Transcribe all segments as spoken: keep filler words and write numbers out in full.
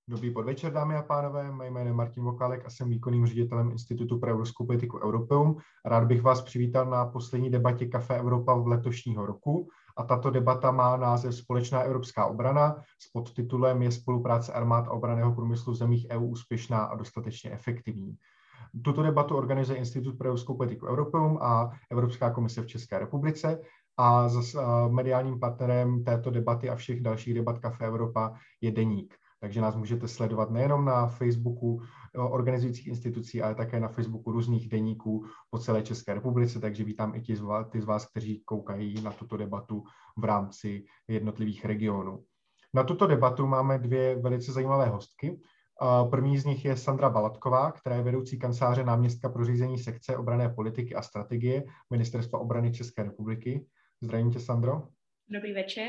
Dobrý podvečer, dámy a pánové. Mé jméno je Martin Vokálek a jsem výkonným ředitelem Institutu pro evropskou politiku Europeum. Rád bych vás přivítal na poslední debatě Café Evropa v letošního roku. A tato debata má název Společná evropská obrana. S podtitulem Je spolupráce armád a obranného průmyslu v zemích E U úspěšná a dostatečně efektivní. Tuto debatu organizuje Institut pro evropskou politiku Europeum a Evropská komise v České republice. A s mediálním partnerem této debaty a všech dalších debat Café Evropa je Deník. Takže nás můžete sledovat nejenom na Facebooku organizujících institucí, ale také na Facebooku různých deníků po celé České republice, takže vítám i ty z vás, ty z vás, kteří koukají na tuto debatu v rámci jednotlivých regionů. Na tuto debatu máme dvě velice zajímavé hostky. První z nich je Sandra Balatková, která je vedoucí kanceláře náměstka pro řízení sekce obranné politiky a strategie Ministerstva obrany České republiky. Zdravím tě, Sandro. Dobrý večer.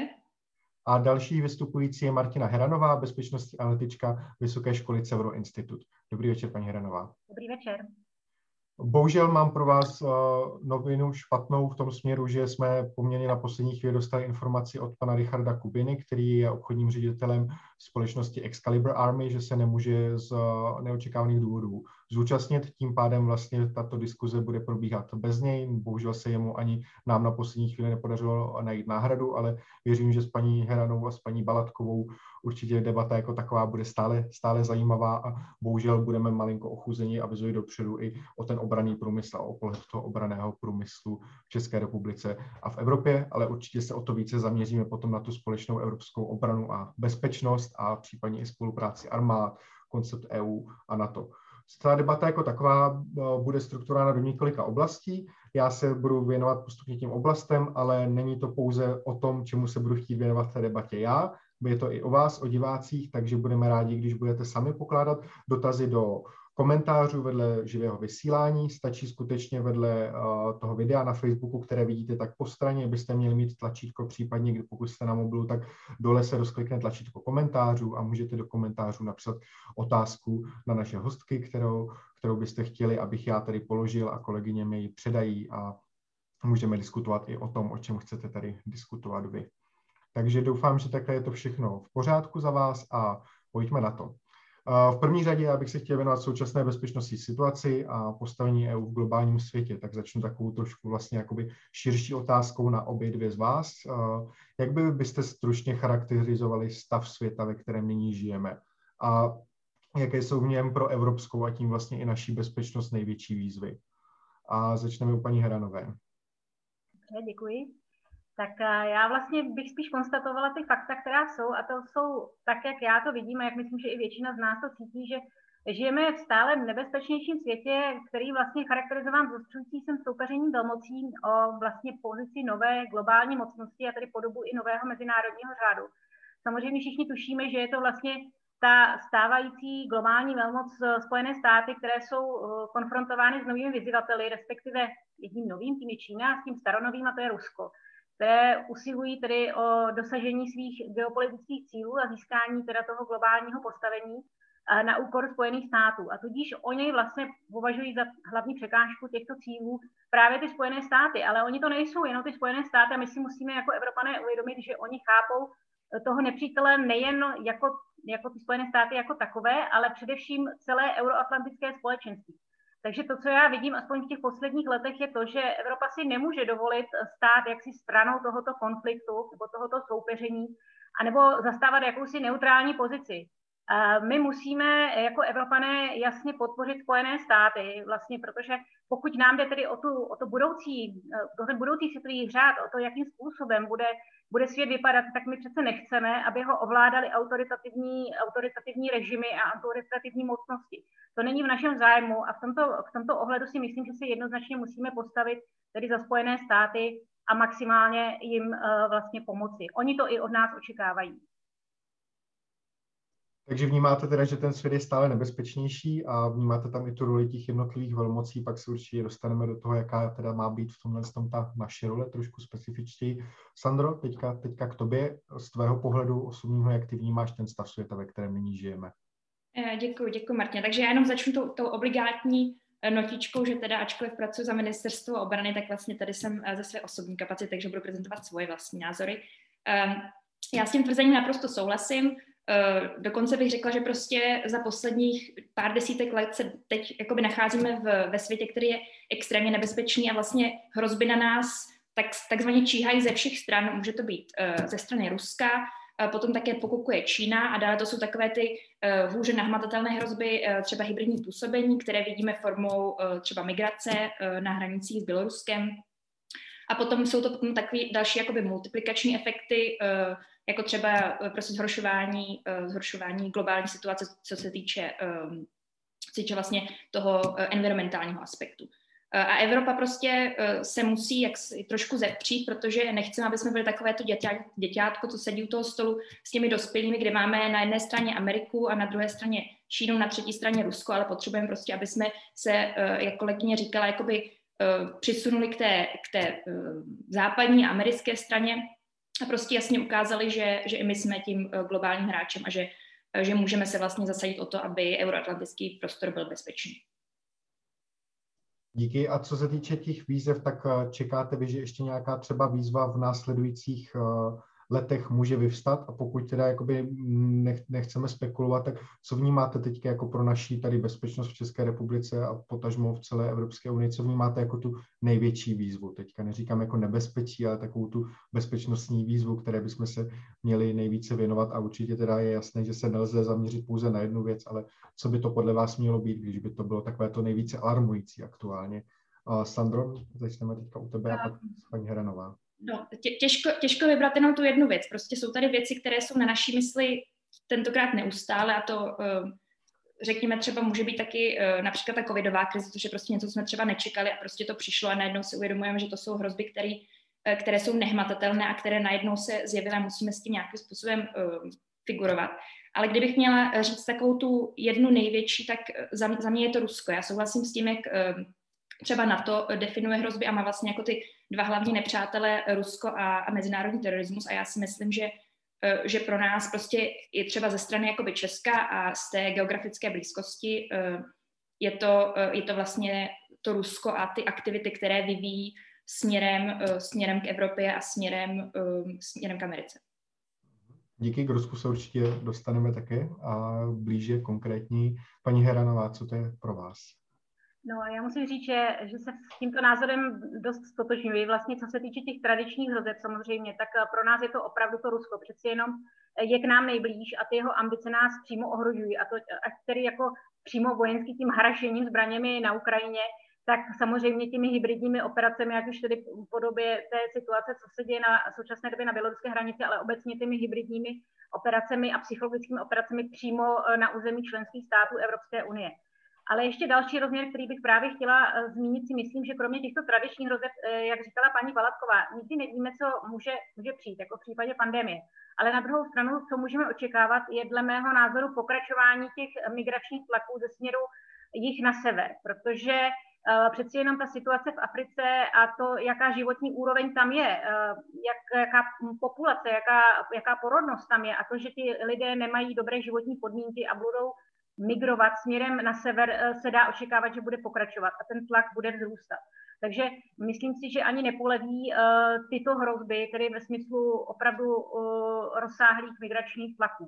A další vystupující je Martina Heranová, bezpečnostní analytička Vysoké školy Cevro Institut. Dobrý večer, paní Heranová. Dobrý večer. Bohužel mám pro vás uh, novinu špatnou v tom směru, že jsme poměrně na poslední chvíli dostali informaci od pana Richarda Kubiny, který je obchodním ředitelem společnosti Excalibur Army, že se nemůže z uh, neočekávaných důvodů zúčastnit. Tím pádem vlastně tato diskuze bude probíhat bez něj. Bohužel se jemu ani nám na poslední chvíli nepodařilo najít náhradu, ale věřím, že s paní Heranovou a s paní Balatkovou určitě debata jako taková bude stále, stále zajímavá a bohužel budeme malinko ochuzeni, avizuji dopředu i o ten obranný průmysl a o pohled toho obranného průmyslu v České republice a v Evropě, ale určitě se o to více zaměříme potom na tu společnou evropskou obranu a bezpečnost a případně i spolupráci armád, koncept E U a NATO. Ta debata jako taková bude strukturována do několika oblastí. Já se budu věnovat postupně těm oblastem, ale není to pouze o tom, čemu se budu chtít věnovat v té debatě já. Je to i o vás, o divácích, takže budeme rádi, když budete sami pokládat dotazy do komentářů vedle živého vysílání. Stačí skutečně vedle uh, toho videa na Facebooku, které vidíte, tak po straně byste měli mít tlačítko, případně kdy pokud jste na mobilu, tak dole se rozklikne tlačítko komentářů a můžete do komentářů napsat otázku na naše hostky, kterou, kterou byste chtěli, abych já tady položil a kolegyně mi ji předají a můžeme diskutovat i o tom, o čem chcete tady diskutovat vy. Takže doufám, že takhle je to všechno v pořádku za vás a pojďme na to. V první řadě já bych se chtěl věnovat současné bezpečnostní situaci a postavení E U v globálním světě, tak začnu takovou trošku vlastně jakoby širší otázkou na obě dvě z vás. Jak by byste stručně charakterizovali stav světa, ve kterém nyní žijeme? A jaké jsou v něm pro evropskou a tím vlastně i naší bezpečnost největší výzvy? A začneme u paní Heranové. Děkuji. Tak já vlastně bych spíš konstatovala ty fakta, která jsou, a to jsou tak, jak já to vidím, a jak myslím, že i většina z nás to cítí, že žijeme v stále nebezpečnějším světě, který vlastně charakterizován zostřující se soupeřením velmocí o vlastně pozici nové globální mocnosti a tedy podobu i nového mezinárodního řádu. Samozřejmě všichni tušíme, že je to vlastně ta stávající globální velmoc Spojené státy, které jsou konfrontovány s novými vyzývateli, respektive jedním novým, tím je Čína, a s tím staronovým, a to je Rusko, které usilují tedy o dosažení svých geopolitických cílů a získání teda toho globálního postavení na úkor Spojených států. A tudíž oni vlastně považují za hlavní překážku těchto cílů právě ty Spojené státy, ale oni to nejsou jenom ty Spojené státy a my si musíme jako Evropané uvědomit, že oni chápou toho nepřítele nejen jako, jako ty Spojené státy jako takové, ale především celé euroatlantické společenství. Takže to, co já vidím, aspoň v těch posledních letech, je to, že Evropa si nemůže dovolit stát jaksi stranou tohoto konfliktu nebo tohoto soupeření, anebo zastávat jakousi neutrální pozici. My musíme jako Evropané jasně podpořit Spojené státy, vlastně, protože pokud nám jde tedy o, tu, o to budoucí, o ten budoucí světový řád, o to, jakým způsobem bude, bude svět vypadat, tak my přece nechceme, aby ho ovládali autoritativní, autoritativní režimy a autoritativní mocnosti. To není v našem zájmu a v tomto, v tomto ohledu si myslím, že se jednoznačně musíme postavit tedy za Spojené státy a maximálně jim uh, vlastně pomoci. Oni to i od nás očekávají. Takže vnímáte teda, že ten svět je stále nebezpečnější a vnímáte tam i tu roli těch jednotlivých velmocí, pak se určitě dostaneme do toho, jaká teda má být v tomhle tom ta naše role, trošku specifičtěji. Sandro, teďka, teďka k tobě, z tvého pohledu osobního, jak ty vnímáš ten stav světa, ve kterém nyní žijeme? Děkuji, děkuji, Martina. Takže já jenom začnu tou, tou obligátní notičkou, že teda ačkoliv pracuji za Ministerstvo obrany, tak vlastně tady jsem ze své osobní kapacity, takže budu prezentovat svoje vlastní názory. Já s tím tvrzením naprosto souhlasím. Dokonce bych řekla, že prostě za posledních pár desítek let se teď jakoby nacházíme v, ve světě, který je extrémně nebezpečný a vlastně hrozby na nás tak, takzvaně číhají ze všech stran. Může to být ze strany Ruska, potom také pokukuje Čína a dále to jsou takové ty uh, hůře nahmatatelné hrozby, uh, třeba hybridní působení, které vidíme formou uh, třeba migrace uh, na hranicích s Běloruskem. A potom jsou to potom takové další jakoby multiplikační efekty, uh, jako třeba uh, prostě zhoršování, uh, zhoršování globální situace, co se týče, um, co týče vlastně toho uh, environmentálního aspektu. A Evropa prostě se musí jak trošku zepřít, protože nechceme, aby jsme byli takové to děťátko, co sedí u toho stolu s těmi dospělými, kde máme na jedné straně Ameriku a na druhé straně Čínu, na třetí straně Rusko, ale potřebujeme prostě, aby jsme se, jak kolegyně říkala, jakoby přisunuli k té, k té západní a americké straně a prostě jasně ukázali, že, že i my jsme tím globálním hráčem a že, že můžeme se vlastně zasadit o to, aby euroatlantický prostor byl bezpečný. Díky. A co se týče těch výzev, tak čekáte vy, že ještě nějaká třeba výzva v následujících letech může vyvstat? A pokud teda jakoby nechceme spekulovat, tak co vnímáte teď jako pro naší tady bezpečnost v České republice a potažmo v celé Evropské unii, co vnímáte jako tu největší výzvu? Teďka neříkám jako nebezpečí, ale takovou tu bezpečnostní výzvu, které bychom se měli nejvíce věnovat a určitě teda je jasné, že se nelze zaměřit pouze na jednu věc, ale co by to podle vás mělo být, když by to bylo takové to nejvíce alarmující aktuálně? Uh, Sandro, začneme teďka u tebe a pak paní Heranová. No, tě, těžko, těžko vybrat jenom tu jednu věc. Prostě jsou tady věci, které jsou na naší mysli tentokrát neustále a to, řekněme, třeba může být taky například ta covidová krize, což je prostě něco, co jsme třeba nečekali a prostě to přišlo a najednou si uvědomujeme, že to jsou hrozby, které, které jsou nehmatatelné a které najednou se zjevily a musíme s tím nějakým způsobem figurovat. Ale kdybych měla říct takovou tu jednu největší, tak za, za mě je to Rusko. Já souhlasím s tím, jak třeba NATO definuje hrozby a má vlastně jako ty dva hlavní nepřátele, Rusko a, a mezinárodní terorismus a já si myslím, že, že pro nás prostě je třeba ze strany jakoby Česka a z té geografické blízkosti je to, je to vlastně to Rusko a ty aktivity, které vyvíjí směrem, směrem k Evropě a směrem, směrem k Americe. Díky, k Rusku se určitě dostaneme také a blíže konkrétní. Paní Heranová, co to je pro vás? No, já musím říct, že, že se s tímto názorem dost stotožňuji. Vlastně, co se týče těch tradičních hrozeb samozřejmě, tak pro nás je to opravdu to Rusko. Přeci jenom je k nám nejblíž a ty jeho ambice nás přímo ohrožují. A to, a který jako přímo vojenský tím harašením zbraněmi na Ukrajině, tak samozřejmě těmi hybridními operacemi, ať už tedy v podobě té situace, co se děje na současné době na běloruské hranici, ale obecně těmi hybridními operacemi a psychologickými operacemi přímo na území členských států Evropské unie. Ale ještě další rozměr, který bych právě chtěla zmínit, si myslím, že kromě těchto tradičních hrozeb, jak říkala paní Valatková, nikdy nevíme, co může, může přijít, jako v případě pandemie. Ale na druhou stranu, co můžeme očekávat, je dle mého názoru pokračování těch migračních tlaků ze směru jih na sever, protože uh, přeci jenom ta situace v Africe a to, jaká životní úroveň tam je, uh, jak, jaká populace, jaká, jaká porodnost tam je a to, že ty lidé nemají dobré životní podmínky a budou migrovat směrem na sever, se dá očekávat, že bude pokračovat a ten tlak bude vzrůstat. Takže myslím si, že ani nepoleví uh, tyto hrozby, tedy ve smyslu opravdu uh, rozsáhlých migračních tlaků.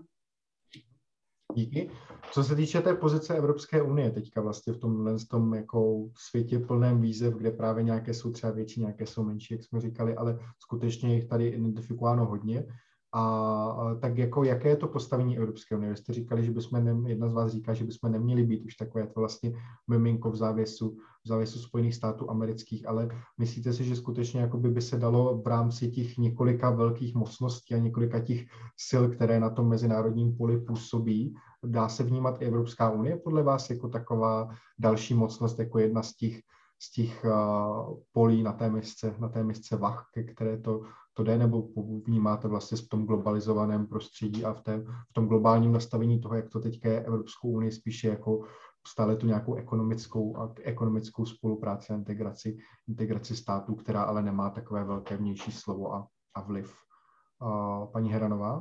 Díky. Co se týče té pozice Evropské unie teďka vlastně v tomhle tom jako světě plném výzev, kde právě nějaké jsou třeba větší, nějaké jsou menší, jak jsme říkali, ale skutečně jich tady identifikováno hodně. A, a tak jako jaké je to postavení Evropské unie? Vy jste říkali, že bychom, ne, jedna z vás říká, že bychom neměli být už takové to vlastně miminko v závěsu, v závěsu Spojených států amerických, ale myslíte si, že skutečně jakoby by se dalo v rámci těch několika velkých mocností a několika těch sil, které na tom mezinárodním poli působí, dá se vnímat i Evropská unie podle vás jako taková další mocnost, jako jedna z těch, z těch uh, polí na té misce, na té misce vah, ke které to to jde, nebo vnímáte vlastně v tom globalizovaném prostředí a v, té, v tom globálním nastavení toho, jak to teďka je Evropskou unii spíše jako stále tu nějakou ekonomickou a ekonomickou spolupráci a integraci, integraci států, která ale nemá takové velké vnější slovo a, a vliv. Uh, paní Heranová?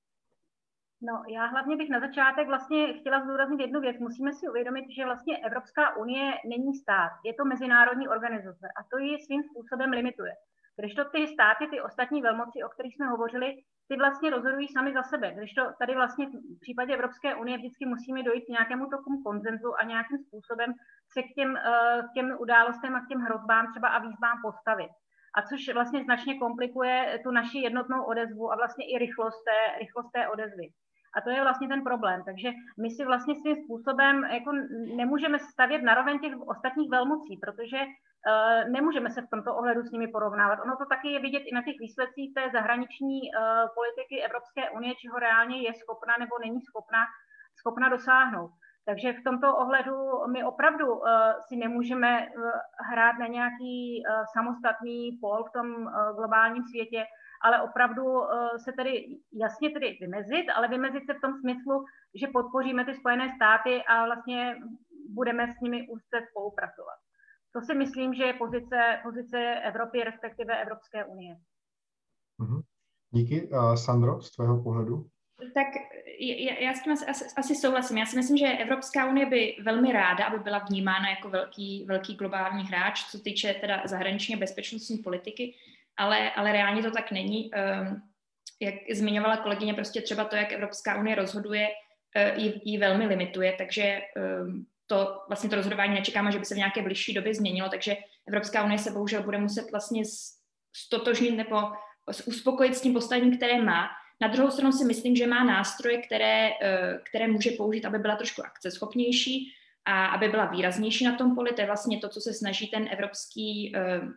No, já hlavně bych na začátek vlastně chtěla zdůraznit jednu věc. Musíme si uvědomit, že vlastně Evropská unie není stát, je to mezinárodní organizace a to ji svým způsobem limituje. Když to ty státy, ty ostatní velmoci, o kterých jsme hovořili, ty vlastně rozhodují sami za sebe. Když to tady vlastně v případě Evropské unie vždycky musíme dojít k nějakému tomu konsenzu a nějakým způsobem se k těm, k těm událostem a k těm hrozbám třeba a výzvám postavit. A což vlastně značně komplikuje tu naši jednotnou odezvu a vlastně i rychlost té, rychlost té odezvy. A to je vlastně ten problém. Takže my si vlastně svým způsobem jako nemůžeme stavět naroveň těch ostatních velmocí, protože uh, nemůžeme se v tomto ohledu s nimi porovnávat. Ono to taky je vidět i na těch výsledcích té zahraniční uh, politiky Evropské unie, čeho reálně je schopna nebo není schopna, schopna dosáhnout. Takže v tomto ohledu my opravdu uh, si nemůžeme uh, hrát na nějaký uh, samostatný pól v tom uh, globálním světě, ale opravdu uh, se tedy jasně tedy vymezit, ale vymezit se v tom smyslu, že podpoříme ty Spojené státy a vlastně budeme s nimi úzce spolupracovat. To si myslím, že je pozice, pozice Evropy, respektive Evropské unie. Mm-hmm. Díky. Uh, Sandro, z tvého pohledu? Tak já, já s tím asi, asi, asi souhlasím. Já si myslím, že Evropská unie by velmi ráda, aby byla vnímána jako velký, velký globální hráč, co týče teda zahraniční a bezpečnostní politiky, ale, ale reálně to tak není. Um, jak zmiňovala kolegyně, prostě třeba to, jak Evropská unie rozhoduje, uh, ji, ji velmi limituje, takže um, to vlastně to rozhodování nečekáme, že by se v nějaké bližší době změnilo, takže Evropská unie se bohužel bude muset vlastně stotožnit nebo uspokojit s tím postavením, které má. Na druhou stranu si myslím, že má nástroje, které, které může použít, aby byla trošku akceschopnější a aby byla výraznější na tom poli. To je vlastně to, co se snaží ten evropský,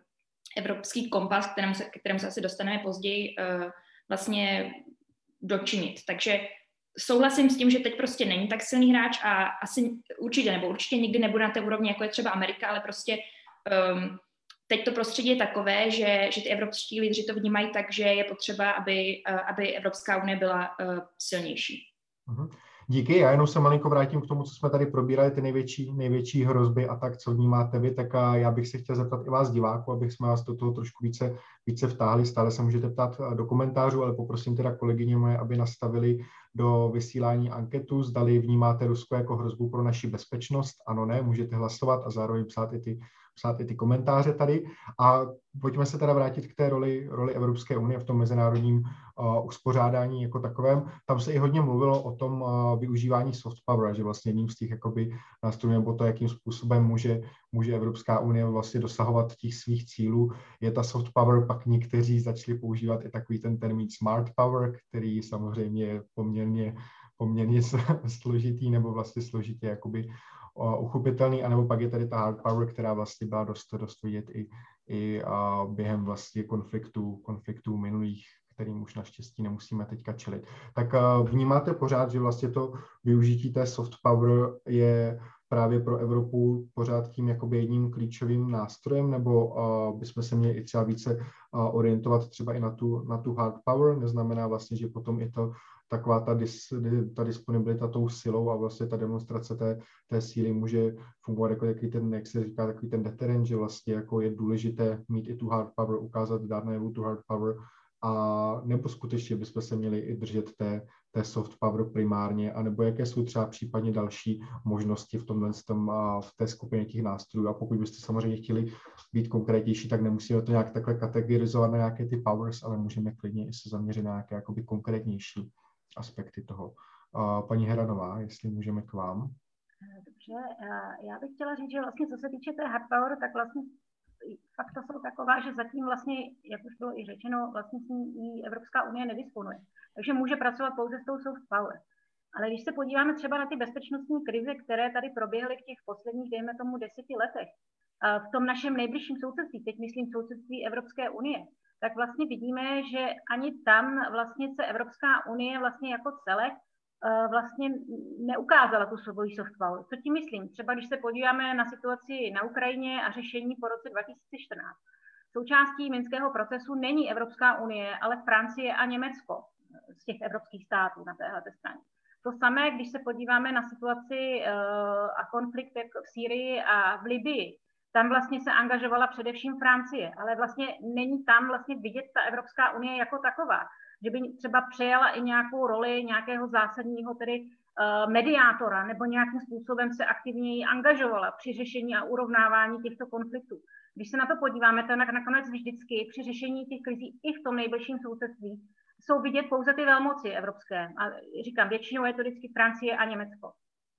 evropský kompas, kterému se, kterému se asi dostaneme později, vlastně dočinit. Takže souhlasím s tím, že teď prostě není tak silný hráč a asi určitě, nebo určitě nikdy nebude na té úrovni, jako je třeba Amerika, ale prostě um, teď to prostředí je takové, že, že ty evropští lídři to vnímají tak, že je potřeba, aby, aby Evropská unie byla uh, silnější. Díky, já jenom se malinko vrátím k tomu, co jsme tady probírali, ty největší, největší hrozby a tak, co vnímáte vy, tak já bych se chtěl zeptat i vás diváků, abych jsme vás do toho trošku více, více vtáhli, stále se můžete ptát do komentářů, ale poprosím teda kolegyně moje, aby nastavili do vysílání anketu, zdali vnímáte Rusko jako hrozbu pro naši bezpečnost, ano, ne, můžete hlasovat a zároveň psát i ty psát i ty komentáře tady. A pojďme se teda vrátit k té roli, roli Evropské unie v tom mezinárodním uh, uspořádání jako takovém. Tam se i hodně mluvilo o tom uh, využívání soft power, že vlastně jedním z těch jakoby nástrojů, nebo to, jakým způsobem může, může Evropská unie vlastně dosahovat těch svých cílů, je ta soft power. Pak někteří začali používat i takový ten termín smart power, který samozřejmě je poměrně, poměrně složitý, nebo vlastně složitě jakoby uchopitelný, anebo pak je tady ta hard power, která vlastně byla dost, dost vidět i, i uh, během vlastně konfliktů, konfliktů minulých, kterým už naštěstí nemusíme teďka čelit. Tak uh, vnímáte pořád, že vlastně to využití té soft power je právě pro Evropu pořád tím jakoby jedním klíčovým nástrojem, nebo uh, bychom se měli i třeba více uh, orientovat třeba i na tu, na tu hard power, neznamená vlastně, že potom i to taková ta, dis, ta disponibilita tou silou a vlastně ta demonstrace té, té síly může fungovat jako takový ten, jak se říká, takový ten deterrent, že vlastně jako je důležité mít i tu hard power, ukázat, dát najevu tu hard power, a nebo skutečně bychom se měli i držet té, té soft power primárně, anebo jaké jsou třeba případně další možnosti v tomhle tom, v té skupině těch nástrojů. A pokud byste samozřejmě chtěli být konkrétnější, tak nemusíme to nějak takhle kategorizovat na nějaké ty powers, ale můžeme klidně i se zaměřit na nějaké jakoby konkrétnější aspekty toho. Paní Heranová, jestli můžeme k vám. Dobře, já bych chtěla říct, že vlastně co se týče té hard power, tak vlastně fakta jsou taková, že zatím vlastně, jak už bylo i řečeno, vlastně s ní Evropská unie nedisponuje. Takže může pracovat pouze s tou soft power. Ale když se podíváme třeba na ty bezpečnostní krize, které tady proběhly v těch posledních, dejme tomu, deseti letech, v tom našem nejbližším sousedství, teď myslím sousedství Evropské unie, tak vlastně vidíme, že ani tam vlastně se Evropská unie vlastně jako celek vlastně neukázala tu svoji soft power. Co tím myslím? Třeba když se podíváme na situaci na Ukrajině a řešení po roce dva tisíce čtrnáct. Součástí minského procesu není Evropská unie, ale Francie a Německo z těch evropských států na téhle straně. To samé, když se podíváme na situaci a konflikt v Sýrii a v Libii, tam vlastně se angažovala především Francie, ale vlastně není tam vlastně vidět ta Evropská unie jako taková, že by třeba přejala i nějakou roli nějakého zásadního tedy uh, mediátora nebo nějakým způsobem se aktivněji angažovala při řešení a urovnávání těchto konfliktů. Když se na to podíváme, tak nakonec vždycky při řešení těch krizí i v tom nejbližším sousedství jsou vidět pouze ty velmoci evropské. A říkám, většinou je to vždycky Francie a Německo.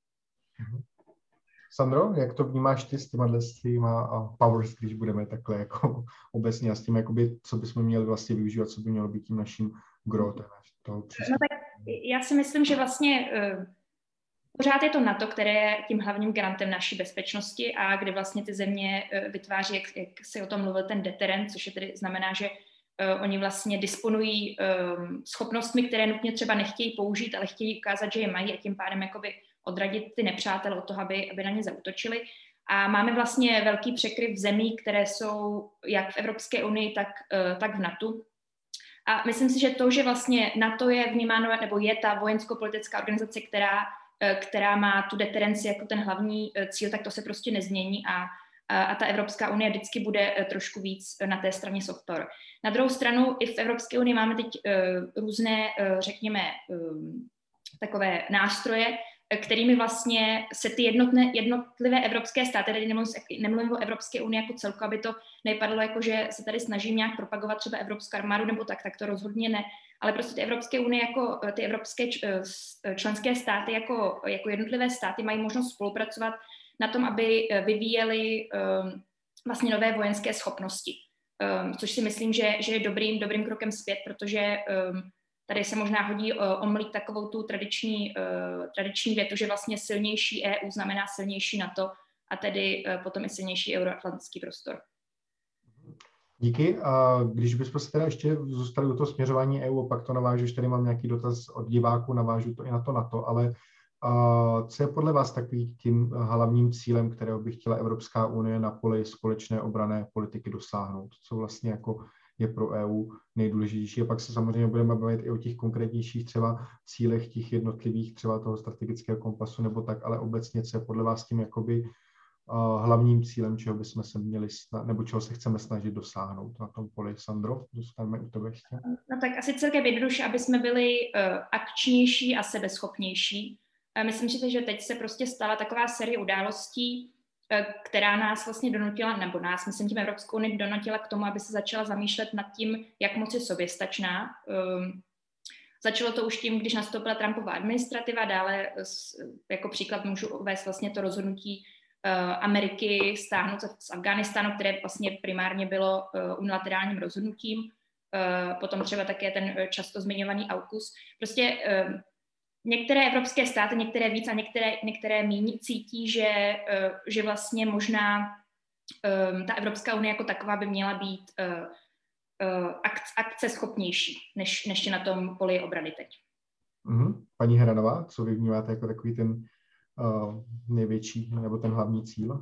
Sandro, jak to vnímáš ty s těma, s těma powers, když budeme takhle jako obecně a s tím, jakoby, co bychom měli vlastně využívat, co by mělo být tím naším growth? No tak já si myslím, že vlastně uh, pořád je to NATO, které je tím hlavním garantem naší bezpečnosti a kdy vlastně ty země uh, vytváří, jak, jak si o tom mluvil, ten deterrent, což je tedy znamená, že uh, oni vlastně disponují um, schopnostmi, které nutně třeba nechtějí použít, ale chtějí ukázat, že je mají a tím pádem jakoby odradit ty nepřátele od toho, aby, aby na ně zaútočili. A máme vlastně velký překryv zemí, které jsou jak v Evropské unii, tak, tak v NATO. A myslím si, že to, že vlastně NATO je vnímáno, nebo je ta vojensko-politická organizace, která, která má tu deterenci jako ten hlavní cíl, tak to se prostě nezmění a, a ta Evropská unie vždycky bude trošku víc na té straně soft power. Na druhou stranu i v Evropské unii máme teď různé, řekněme, takové nástroje, kterými vlastně se ty jednotné, jednotlivé evropské státy, tedy nemluvím o Evropské unii jako celku, aby to nepadlo jako, že se tady snažím nějak propagovat třeba evropskou armádu nebo tak, tak to rozhodně ne, ale prostě ty Evropské unie jako ty evropské členské státy jako, jako jednotlivé státy mají možnost spolupracovat na tom, aby vyvíjeli um, vlastně nové vojenské schopnosti, um, což si myslím, že, že je dobrým, dobrým krokem zpět, protože um, tady se možná hodí omlít takovou tu tradiční, uh, tradiční větu, že vlastně silnější E U znamená silnější NATO a tedy uh, potom i silnější euroatlantický prostor. Díky. A když bychom se teda ještě zůstali u toho směřování E U, pak to navážu, že tady mám nějaký dotaz od diváků, navážu to i na to NATO, ale uh, co je podle vás takovým tím hlavním cílem, kterého by chtěla Evropská unie na poli společné obranné politiky dosáhnout? Co vlastně jako je pro E U nejdůležitější. A pak se samozřejmě budeme bavit i o těch konkrétnějších třeba cílech těch jednotlivých, třeba toho strategického kompasu nebo tak, ale obecně, co je podle vás tím jakoby uh, hlavním cílem, čeho bychom se měli sna- nebo čeho se chceme snažit dosáhnout na tom poli. Sandro, dostaneme u tebe ještě. No tak asi celkem jednoduše, aby jsme byli uh, akčnější a sebeschopnější. Uh, myslím si, že teď se prostě stala taková série událostí, která nás vlastně donutila, nebo nás, myslím tím Evropskou unii, donutila k tomu, aby se začala zamýšlet nad tím, jak moc je soběstačná. Um, začalo to už tím, když nastoupila Trumpova administrativa, dále jako příklad můžu uvést vlastně to rozhodnutí uh, Ameriky stáhnout se z Afghánistánu, které vlastně primárně bylo uh, unilaterálním rozhodnutím, uh, potom třeba také ten často zmiňovaný AUKUS. Prostě uh, některé evropské státy, některé víc a některé, některé míň cítí, že, že vlastně možná um, ta Evropská unie jako taková by měla být uh, uh, akce schopnější, než, než je na tom poli obrany teď. Mm-hmm. Paní Hranová, co vy vnímáte jako takový ten uh, největší nebo ten hlavní cíl?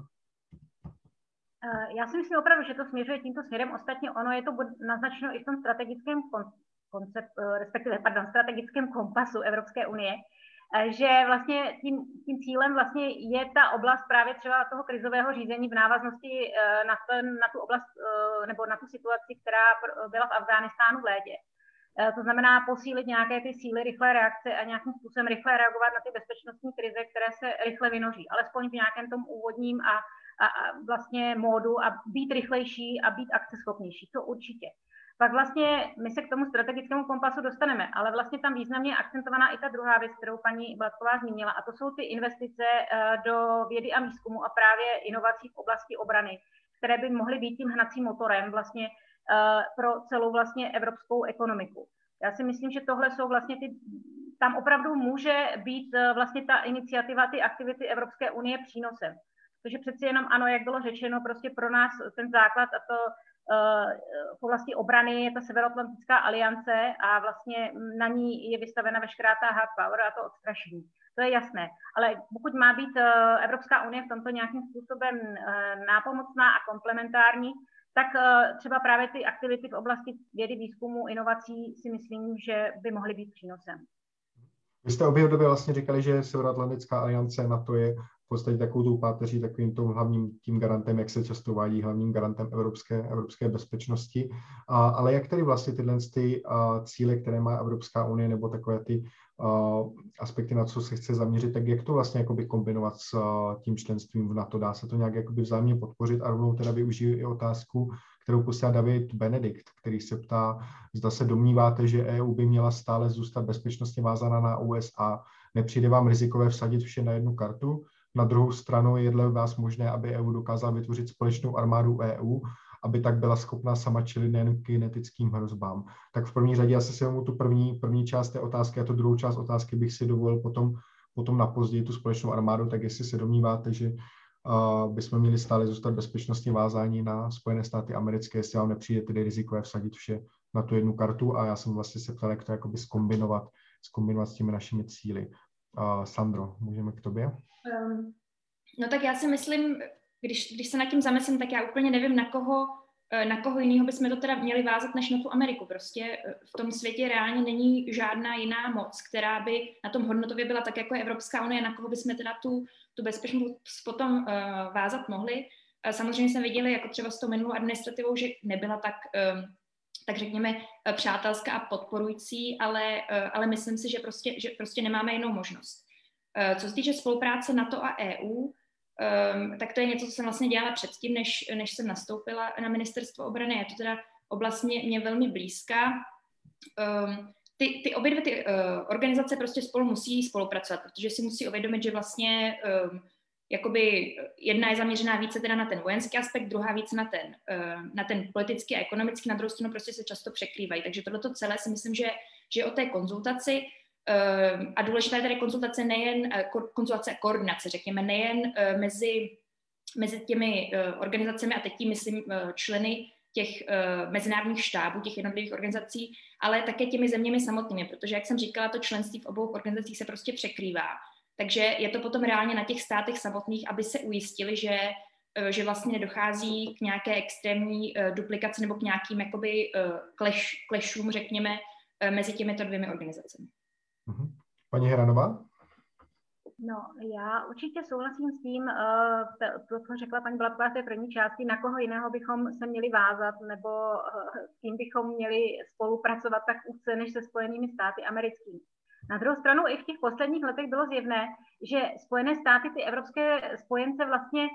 Já si myslím opravdu, že to směřuje tímto směrem. Ostatně ono je to naznačeno i v tom strategickém koncept, respektive, pardon, strategickém kompasu Evropské unie, že vlastně tím, tím cílem vlastně je ta oblast právě třeba toho krizového řízení v návaznosti na, ten, na tu oblast nebo na tu situaci, která byla v Afghánistánu v létě. To znamená posílit nějaké ty síly rychlé reakce a nějakým způsobem rychle reagovat na ty bezpečnostní krize, které se rychle vynoří, alespoň v nějakém tom úvodním a, a, a vlastně módu a být rychlejší a být akceschopnější, to určitě. Pak vlastně my se k tomu strategickému kompasu dostaneme, ale vlastně tam významně je akcentovaná i ta druhá věc, kterou paní Blatková zmínila, a to jsou ty investice do vědy a výzkumu a právě inovací v oblasti obrany, které by mohly být tím hnacím motorem vlastně pro celou vlastně evropskou ekonomiku. Já si myslím, že tohle jsou vlastně ty, tam opravdu může být vlastně ta iniciativa, ty aktivity Evropské unie přínosem. Protože přeci jenom ano, jak bylo řečeno, prostě pro nás ten základ a to v oblasti obrany je ta Severoatlantická aliance a vlastně na ní je vystavena veškerá ta hard power a to odstrašení. To je jasné. Ale pokud má být Evropská unie v tomto nějakým způsobem nápomocná a komplementární, tak třeba právě ty aktivity v oblasti vědy, výzkumu, inovací si myslím, že by mohly být přínosem. Vy jste obě době vlastně říkali, že Severoatlantická aliance NATO je v podstatě takovou tou páteří, takovým tím hlavním tím garantem, jak se často uvádí, hlavním garantem evropské, evropské bezpečnosti. A, ale jak tedy vlastně tyhle ty, a, cíle, které má Evropská unie, nebo takové ty a, aspekty, na co se chce zaměřit, tak jak to vlastně jakoby kombinovat s a, tím členstvím v NATO? Dá se to nějak jakoby vzájemně podpořit a rovnou teda využiju i otázku, kterou posílá David Benedikt, který se ptá, zda se domníváte, že E U by měla stále zůstat bezpečnostně vázaná na U S A. Nepřijde vám rizikové vsadit vše na jednu kartu? Na druhou stranu je dle vás možné, aby E U dokázala vytvořit společnou armádu E U, aby tak byla schopná sama čelit nejen kinetickým hrozbám. Tak v první řadě asi si vezmu tu první, první část té otázky a tu druhou část otázky bych si dovolil potom, potom na později tu společnou armádu, tak jestli se domníváte, že uh, bychom měli stále zůstat bezpečnostně vázáni na Spojené státy americké, jestli vám nepřijde tedy rizikové vsadit vše na tu jednu kartu a já jsem vlastně se ptal, jak to jakoby zkombinovat, zkombinovat s těmi našimi cíli. Uh, Sandro, můžeme k tobě? Um, no tak já si myslím, když, když se nad tím zamyslím, tak já úplně nevím, na koho, na koho jiného bychom to teda měli vázat, než na tu Ameriku. Prostě v tom světě reálně není žádná jiná moc, která by na tom hodnotově byla tak, jako je Evropská unie, na koho bychom teda tu, tu bezpečnost potom uh, vázat mohli. Uh, samozřejmě jsme viděli, jako třeba s tou minulou administrativou, že nebyla tak, um, tak řekněme, přátelská a podporující, ale, uh, ale myslím si, že prostě, že prostě nemáme jinou možnost. Uh, co se týče spolupráce NATO a E U, Um, tak to je něco, co jsem vlastně dělala předtím, než, než jsem nastoupila na ministerstvo obrany. Je to teda oblast mě, mě velmi blízká. Um, ty, ty obě dvě ty uh, organizace prostě spolu musí spolupracovat, protože si musí uvědomit, že vlastně um, jakoby jedna je zaměřená více teda na ten vojenský aspekt, druhá více na ten, uh, na ten politický a ekonomický, na druhou stranu prostě se často překrývají. Takže tohleto celé si myslím, že, že o té konzultaci a důležitá je tady konzultace nejen, konzultace a koordinace, řekněme, nejen mezi, mezi těmi organizacemi a teď tím myslím členy těch mezinárodních štábů, těch jednotlivých organizací, ale také těmi zeměmi samotnými, protože, jak jsem říkala, to členství v obou organizacích se prostě překrývá. Takže je to potom reálně na těch státech samotných, aby se ujistili, že, že vlastně nedochází k nějaké extrémní duplikaci nebo k nějakým jakoby clash, clashům, řekněme, mezi těmito dvěmi organizacemi. Paní Heranová? No, já určitě souhlasím s tím, to, co řekla paní Blatková v té první části, na koho jiného bychom se měli vázat, nebo s kým bychom měli spolupracovat tak úzce, než se Spojenými státy americkými. Na druhou stranu i v těch posledních letech bylo zjevné, že Spojené státy, ty evropské spojence vlastně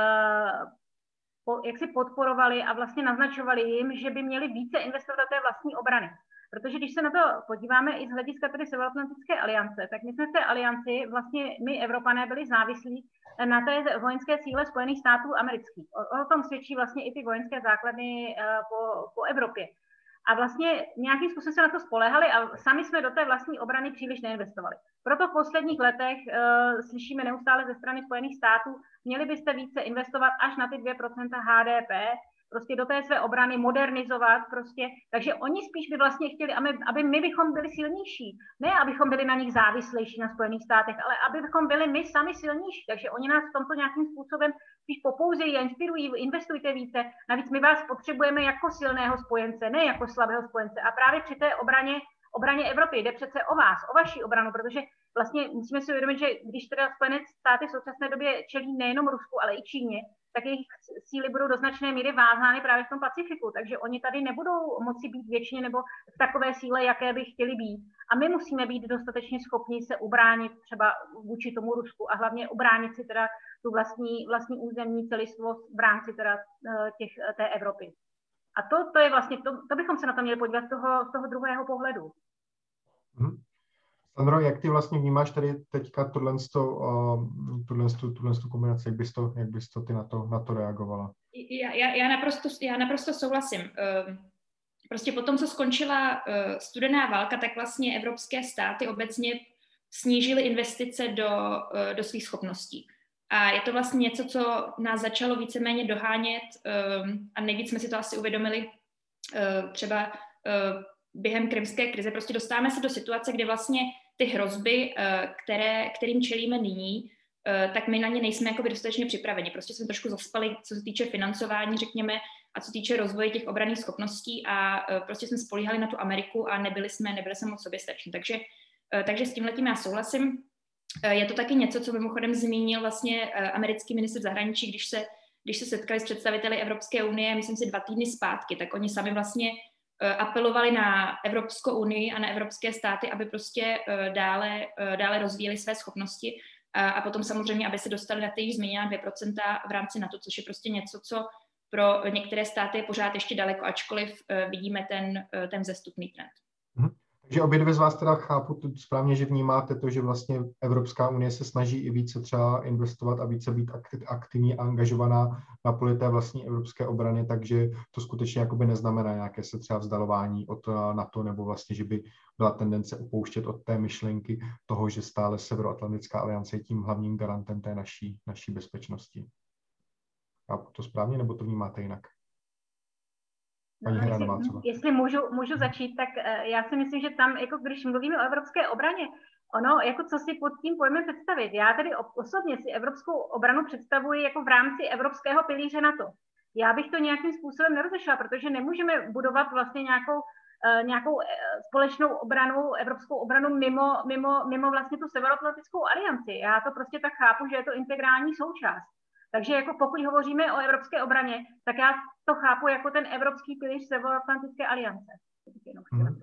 jak si podporovali a vlastně naznačovali jim, že by měli více investovat do té vlastní obrany. Protože když se na to podíváme i z hlediska tedy Severoatlantické aliance, tak my jsme v té alianci, vlastně my Evropané byli závislí na té vojenské síle Spojených států amerických. O, o tom svědčí vlastně i ty vojenské základny po, po Evropě. A vlastně nějakým způsobem se na to spoléhali a sami jsme do té vlastní obrany příliš neinvestovali. Proto v posledních letech uh, slyšíme neustále ze strany Spojených států, měli byste více investovat až na ty dvě procenta H D P, prostě do té své obrany modernizovat prostě, takže oni spíš by vlastně chtěli, aby, aby my bychom byli silnější, ne abychom byli na nich závislejší na Spojených státech, ale abychom byli my sami silnější, takže oni nás v tomto nějakým způsobem spíš popouzejí a inspirují, investujte více, navíc my vás potřebujeme jako silného spojence, ne jako slabého spojence a právě při té obraně, obraně Evropy jde přece o vás, o vaši obranu, protože vlastně musíme si uvědomit, že když teda Spojené státy v současné době čelí nejenom Rusku, ale i Číně, tak jejich síly budou do značné míry vázány právě v tom Pacifiku, takže oni tady nebudou moci být věčně nebo v takové síle, jaké by chtěli být. A my musíme být dostatečně schopni se ubránit třeba vůči tomu Rusku a hlavně ubránit si teda tu vlastní, vlastní územní celistvost v rámci teda těch, té Evropy. A to, to je vlastně, to, to bychom se na to měli podívat z toho, z toho druhého pohledu. Hmm. Sandro, jak ty vlastně vnímáš tady teďka tuhle kombinaci, jak bys to, jak bys to ty na to, na to reagovala? Já, já, já, naprosto, já naprosto souhlasím. Prostě po tom, co skončila studená válka, tak vlastně evropské státy obecně snížily investice do, do svých schopností. A je to vlastně něco, co nás začalo víceméně dohánět a nejvíc jsme si to asi uvědomili třeba během krymské krize. Prostě dostáváme se do situace, kde vlastně ty hrozby, které, kterým čelíme nyní, tak my na ně nejsme jakoby dostatečně připraveni. Prostě jsme trošku zaspali, co se týče financování, řekněme, a co se týče rozvoje těch obranných schopností a prostě jsme spolíhali na tu Ameriku a nebyli jsme, nebyli jsme moc soběstační. Takže, takže s tímhletím já souhlasím. Je to taky něco, co mimochodem zmínil vlastně americký ministr zahraničí, když se, když se setkali s představiteli Evropské unie, myslím si dva týdny zpátky, tak oni sami vlastně apelovali na Evropskou unii a na evropské státy, aby prostě dále, dále rozvíjeli své schopnosti a, a potom samozřejmě, aby se dostali na těch zmíněná dvě procenta v rámci NATO, což je prostě něco, co, pro některé státy je pořád ještě daleko, ačkoliv vidíme ten, ten vzestupný trend. Hmm. Takže obě dvě z vás teda chápu to správně, že vnímáte to, že vlastně Evropská unie se snaží i více třeba investovat a více být aktivní a angažovaná na poli té vlastní evropské obrany, takže to skutečně jakoby neznamená nějaké se třeba vzdalování od NATO, nebo vlastně, že by byla tendence upouštět od té myšlenky toho, že stále Severoatlantická aliance je tím hlavním garantem té naší, naší bezpečnosti. Chápu to správně, nebo to vnímáte jinak? No, jestli, jestli můžu, můžu začít, tak uh, já si myslím, že tam, jako když mluvíme o evropské obraně, ono, jako co si pod tím pojmem představit. Já tedy osobně si evropskou obranu představuji jako v rámci evropského pilíře NATO. Já bych to nějakým způsobem nerozešla, protože nemůžeme budovat vlastně nějakou, uh, nějakou uh, společnou obranu, evropskou obranu mimo, mimo, mimo vlastně tu Severoatlantickou alianci. Já to prostě tak chápu, že je to integrální součást. Takže jako pokud hovoříme o evropské obraně, tak já to chápu jako ten evropský pilíř Severoatlantické aliance. Hmm.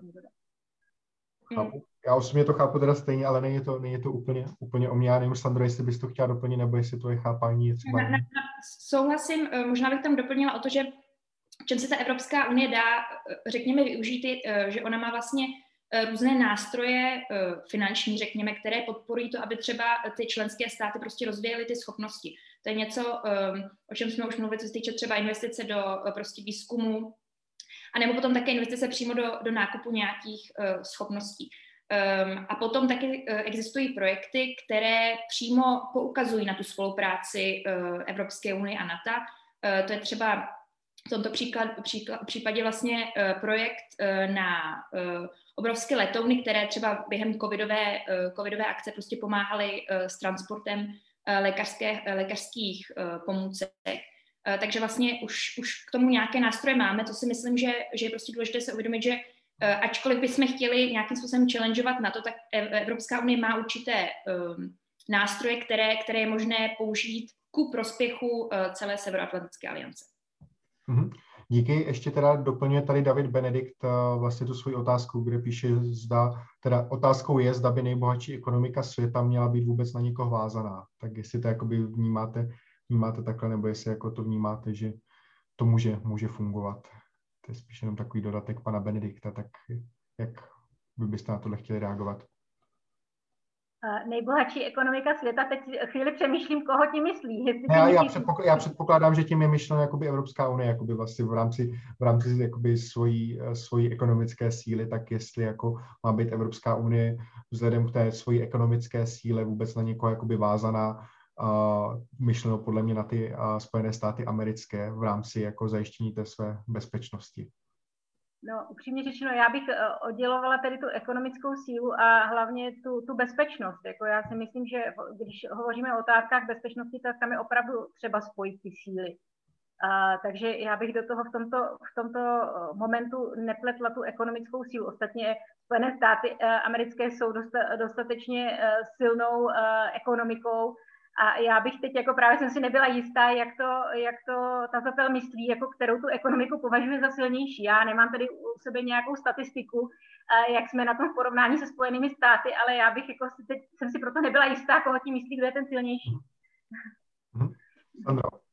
Chápu. Já osobně to chápu teda stejně, ale není to, není to úplně, úplně o mě. Já nevím, Sandro, jestli bys to chtěla doplnit, nebo jestli to je chápání třeba... Na, na, souhlasím, možná bych tam doplnila o to, že čem se ta Evropská unie dá, řekněme, využít, že ona má vlastně různé nástroje finanční, řekněme, které podporují to, aby třeba ty členské státy prostě rozvíjely ty schopnosti. To je něco, o čem jsme už mluvili, co se týče třeba investice do prostě výzkumu, anebo potom také investice přímo do, do nákupu nějakých schopností. A potom taky existují projekty, které přímo poukazují na tu spolupráci Evropské unie a NATO. To je třeba v tomto příklad, příklad, případě vlastně projekt na obrovské letouny, které třeba během covidové, covidové akce prostě pomáhaly s transportem lékařské, lékařských pomůcek. Takže vlastně už, už k tomu nějaké nástroje máme, to si myslím, že, že je prostě důležité se uvědomit, že ačkoliv bychom chtěli nějakým způsobem challengeovat na to, tak Evropská unie má určité nástroje, které, které je možné použít ku prospěchu celé Severoatlantické aliance. Mm-hmm. Díky. Ještě teda doplňuje tady David Benedikt vlastně tu svoji otázku, kde píše, zda, teda otázkou je, zda by nejbohatší ekonomika světa měla být vůbec na někoho vázaná. Tak jestli to jakoby vnímáte, vnímáte takhle, nebo jestli jako to vnímáte, že to může, může fungovat. To je spíš jenom takový dodatek pana Benedikta, tak jak by byste na tohle chtěli reagovat? Nejbohatší ekonomika světa, teď chvíli přemýšlím, koho tím myslí. Ne, já, já, předpokl- já předpokládám, že tím je myšleno jakoby Evropská unie, jakoby vlastně v rámci, v rámci jakoby svojí, svojí ekonomické síly, tak jestli jako má být Evropská unie vzhledem k té svojí ekonomické síle vůbec na někoho jakoby vázaná, uh, myšleno podle mě na ty uh, Spojené státy americké v rámci jako zajištění té své bezpečnosti. No, upřímně řečeno, já bych oddělovala tedy tu ekonomickou sílu a hlavně tu, tu bezpečnost. Jako já si myslím, že když hovoříme o otázkách bezpečnosti, tak tam je opravdu třeba spojit ty síly. A, takže já bych do toho v tomto, v tomto momentu nepletla tu ekonomickou sílu. Ostatně Spojené státy americké jsou dosta, dostatečně silnou ekonomikou. A já bych teď jako právě jsem si nebyla jistá, jak to, jak to tazatel myslí, jako kterou tu ekonomiku považuje za silnější. Já nemám tady u sebe nějakou statistiku, jak jsme na tom v porovnání se Spojenými státy, ale já bych jako teď jsem si proto nebyla jistá, koho tím myslí, kdo je ten silnější. Mm-hmm. Sandra. Uh,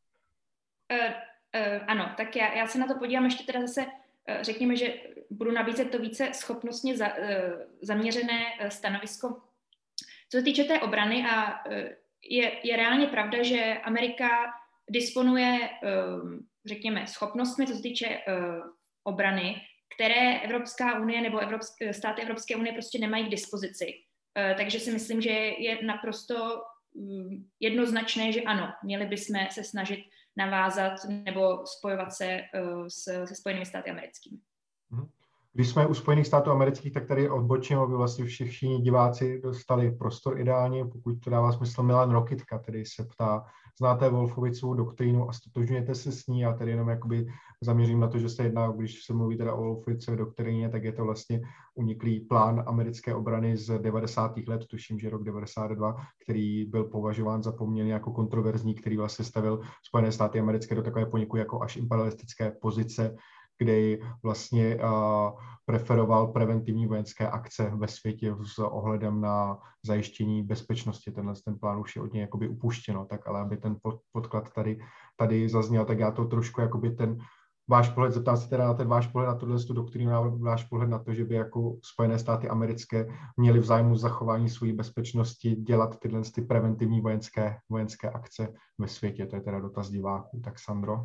uh, ano, tak já, já se na to podívám ještě teda zase, uh, řekněme, že budu nabízet to více schopnostně za, uh, zaměřené uh, stanovisko. Co se týče té obrany a uh, Je, je reálně pravda, že Amerika disponuje, řekněme, schopnostmi, co se týče obrany, které Evropská unie nebo Evropské, státy Evropské unie prostě nemají k dispozici. Takže si myslím, že je naprosto jednoznačné, že ano, měli bychom se snažit navázat nebo spojovat se se Spojenými státy americkými. Když jsme u Spojených států amerických, tak tady odbočím, aby vlastně všichni diváci dostali prostor ideálně, pokud to dává smysl. Milan Rokytka tedy se ptá, znáte Wolfowicovu doktrínu a stotožňujete se s ní? Já tedy jenom jakoby zaměřím na to, že se jedná, když se mluví teda o Wolfowicově doktríně, tak je to vlastně uniklý plán americké obrany z devadesátých let, tuším, že rok devadesát dva, který byl považován za poměrně jako kontroverzní, který vlastně stavil Spojené státy americké do takové poněkud jako až imperialistické pozice, kdy vlastně uh, preferoval preventivní vojenské akce ve světě s ohledem na zajištění bezpečnosti. Tenhle ten plán už je od něj jakoby upuštěno, tak ale aby ten pod, podklad tady, tady zazněl, tak já to trošku jakoby ten váš pohled, zeptám se teda na ten váš pohled na tuhle doktrínu, váš pohled na to, že by jako Spojené státy americké měly v zájmu zachování své bezpečnosti dělat tyhle ty preventivní vojenské, vojenské akce ve světě. To je teda dotaz diváků. Tak Sandro?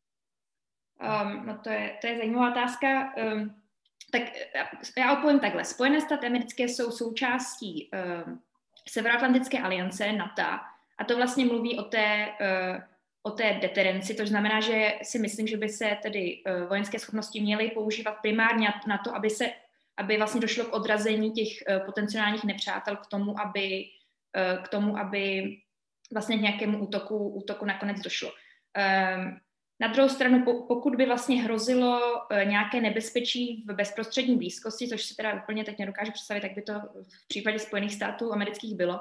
Um, no to je, to je zajímavá otázka. Um, tak já odpovím takhle. Spojené státy americké jsou součástí um, Severoatlantické aliance NATO a to vlastně mluví o té uh, o té deterenci, to znamená, že si myslím, že by se tedy uh, vojenské schopnosti měly používat primárně na to, aby se, aby vlastně došlo k odrazení těch uh, potenciálních nepřátel k tomu, aby, uh, k tomu, aby vlastně k nějakému útoku, útoku nakonec došlo. Um, na druhou stranu, po, pokud by vlastně hrozilo uh, nějaké nebezpečí v bezprostřední blízkosti, což si teda úplně teď nedokážu představit, tak by to v případě Spojených států amerických bylo,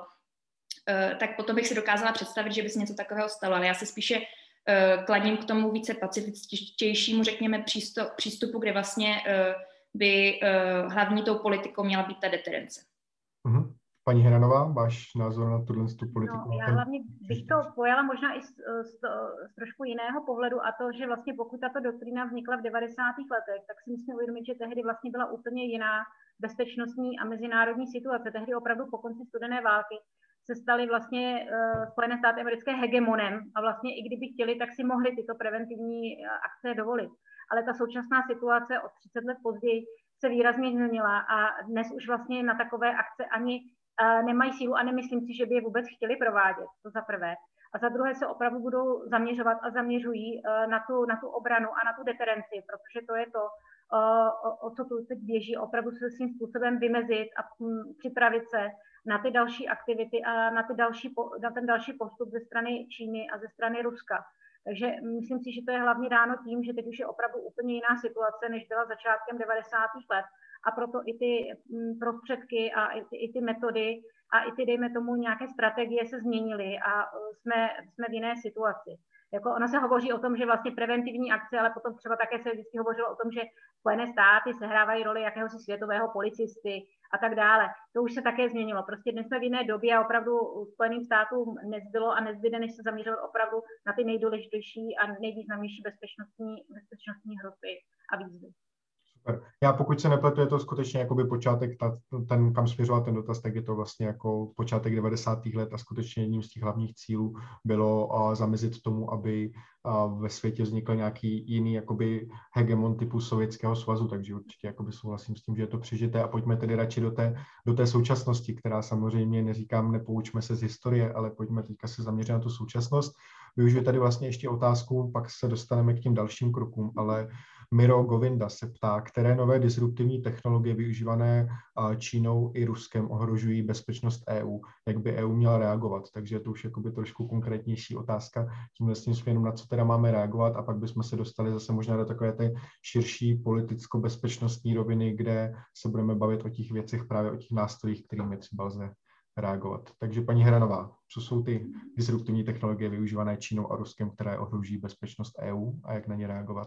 Uh, tak potom bych si dokázala představit, že by se něco takového stalo, ale já se spíše uh, klaním k tomu více pacifičtějšímu, řekněme, přístup, přístupu, kde vlastně uh, by uh, hlavní tou politikou měla být ta deterence. Uh-huh. Paní Heranová, váš názor na tuhle tu politiku? No, já ten... hlavně bych to pojala možná i z, z, z trošku jiného pohledu a to, že vlastně pokud tato doktrína vznikla v devadesátých letech, tak si musíme uvědomit, že tehdy vlastně byla úplně jiná bezpečnostní a mezinárodní situace. Tehdy opravdu po konci studené války se staly vlastně uh, Spojené státy americké hegemonem a vlastně i kdyby chtěli, tak si mohli tyto preventivní uh, akce dovolit. Ale ta současná situace o třicet let později se výrazně změnila a dnes už vlastně na takové akce ani uh, nemají sílu a nemyslím si, že by je vůbec chtěli provádět, to za prvé. A za druhé se opravdu budou zaměřovat a zaměřují uh, na, tu, na tu obranu a na tu deterenci, protože to je to, uh, o, o co tu teď běží, opravdu se svým způsobem vymezit a um, připravit se na ty další aktivity a na, ty další, na ten další postup ze strany Číny a ze strany Ruska. Takže myslím si, že to je hlavně dáno tím, že teď už je opravdu úplně jiná situace, než byla začátkem devadesátých let. A proto i ty prostředky a i ty, i ty metody a i ty, dejme tomu, nějaké strategie se změnily a jsme, jsme v jiné situaci. Jako ono se hovoří o tom, že vlastně preventivní akce, ale potom třeba také se vždycky hovořilo o tom, že Spojené státy sehrávají roli jakéhosi světového policisty a tak dále. To už se také změnilo. Prostě dnes jsme v jiné době a opravdu Spojeným státům nezbylo a nezbyde, než se zaměřovat opravdu na ty nejdůležitější a nejvýznamnější bezpečnostní, bezpečnostní hrozby a výzvy. Super. Já pokud se nepletu, je to skutečně jakoby počátek, ta, ten, kam směřoval ten dotaz, tak je to vlastně jako počátek devadesátých let a skutečně jedním z těch hlavních cílů bylo uh, zamezit tomu, aby uh, ve světě vznikl nějaký jiný jakoby hegemon typu Sovětského svazu, takže určitě jakoby souhlasím s tím, že je to přežité a pojďme tedy radši do té, do té současnosti, která samozřejmě, neříkám, nepoučme se z historie, ale pojďme teďka se zaměřit na tu současnost. Využiju tady vlastně ještě otázku, pak se dostaneme k těm dalším krokům, ale Miro Govinda se ptá, které nové disruptivní technologie využívané Čínou i Ruskem ohrožují bezpečnost E U, jak by E U měla reagovat. Takže je to už jakoby trošku konkrétnější otázka tímhle s tím směrem, na co teda máme reagovat a pak bychom se dostali zase možná do takové té širší politicko-bezpečnostní roviny, kde se budeme bavit o těch věcech, právě o těch nástrojích, kterými třeba lze reagovat. Takže paní Heranová, co jsou ty disruptivní technologie využívané Čínou a Ruskem, které ohrožují bezpečnost E U a jak na ně reagovat?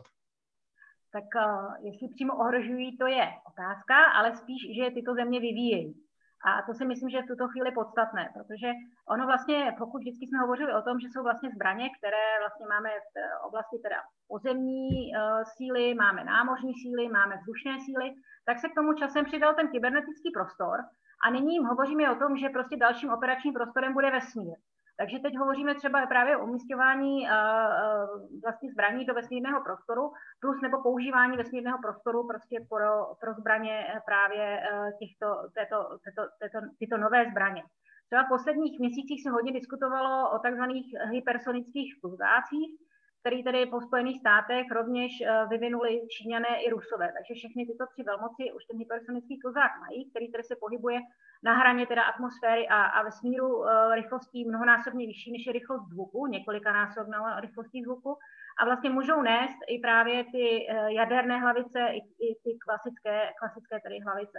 Tak uh, jestli přímo ohrožují, to je otázka, ale spíš, že tyto země vyvíjejí. A to si myslím, že je v tuto chvíli podstatné, protože ono vlastně, pokud vždycky jsme hovořili o tom, že jsou vlastně zbraně, které vlastně máme v oblasti teda pozemní uh, síly, máme námořní síly, máme vzdušné síly, tak se k tomu časem přidal ten kybernetický prostor a nyní hovoříme o tom, že prostě dalším operačním prostorem bude vesmír. Takže teď hovoříme třeba právě o umísťování uh, uh, vlastně zbraní do vesmírného prostoru, plus nebo používání vesmírného prostoru prostě pro, pro zbraně právě uh, těchto, této, této, této, tyto nové zbraně. Třeba v posledních měsících se hodně diskutovalo o takzvaných hypersonických kruzácích, který tedy po Spojených státech rovněž uh, vyvinuli Číňané i Rusové. Takže všechny tyto tři velmoci už ten hypersonický kruzák mají, který tedy se pohybuje na hraně teda atmosféry a, a vesmíru uh, rychlostí mnohonásobně vyšší, než je rychlost zvuku, několikanásobnou rychlostí zvuku. A vlastně můžou nést i právě ty uh, jaderné hlavice, i, i ty klasické, klasické tedy hlavice.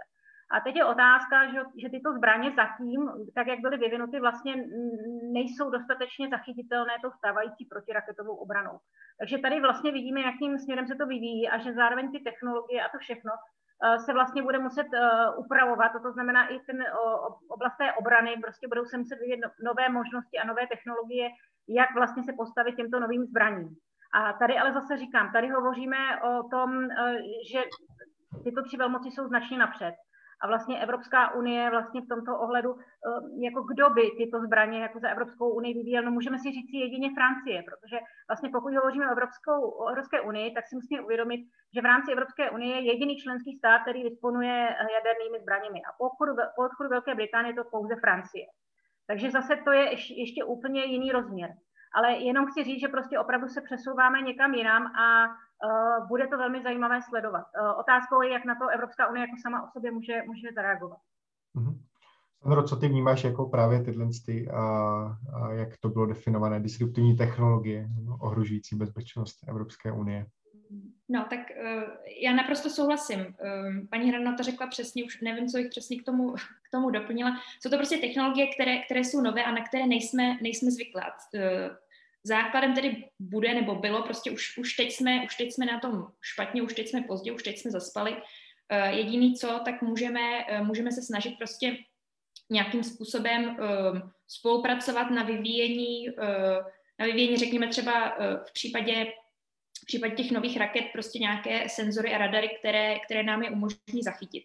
A teď je otázka, že, že tyto zbraně zatím, tak jak byly vyvinuty, vlastně nejsou dostatečně zachytitelné tou stávající protiraketovou obranou. Takže tady vlastně vidíme, jakým směrem se to vyvíjí a že zároveň ty technologie a to všechno se vlastně bude muset upravovat. A to znamená i ten oblast té obrany, prostě budou se muset vyvíjet nové možnosti a nové technologie, jak vlastně se postavit těmto novým zbraním. A tady ale zase říkám, tady hovoříme o tom, že tyto tři velmoci jsou značně napřed. A vlastně Evropská unie vlastně v tomto ohledu, jako kdo by tyto zbraně jako za Evropskou unii vyvíjel, no můžeme si říct jedině Francie, protože vlastně pokud hovoříme o, Evropskou, o Evropské unii, tak si musíme uvědomit, že v rámci Evropské unie je jediný členský stát, který disponuje jadernými zbraněmi. A po odchodu, po odchodu Velké Británie je to pouze Francie. Takže zase to je ještě úplně jiný rozměr. Ale jenom chci říct, že prostě opravdu se přesouváme někam jinam a uh, bude to velmi zajímavé sledovat. Uh, otázkou je, jak na to Evropská unie jako sama o sobě může, může zareagovat. Mm-hmm. Sandro, co ty vnímáš jako právě tyhle ty, a, a jak to bylo definované, disruptivní technologie no, ohrožující bezpečnost Evropské unie? No, tak uh, já naprosto souhlasím. Um, paní Hranota řekla přesně, už nevím, co jich přesně k tomu, k tomu doplnila. Jsou to prostě technologie, které, které jsou nové a na které nejsme, nejsme zvyklí. Uh, základem tedy bude, nebo bylo, prostě už, už, teď jsme, už teď jsme na tom špatně, už teď jsme pozdě, už teď jsme zaspali. Uh, jediný co, tak můžeme, uh, můžeme se snažit prostě nějakým způsobem uh, spolupracovat na vyvíjení, uh, na vyvíjení, řekněme třeba uh, v případě v případě těch nových raket prostě nějaké senzory a radary, které, které nám je umožní zachytit.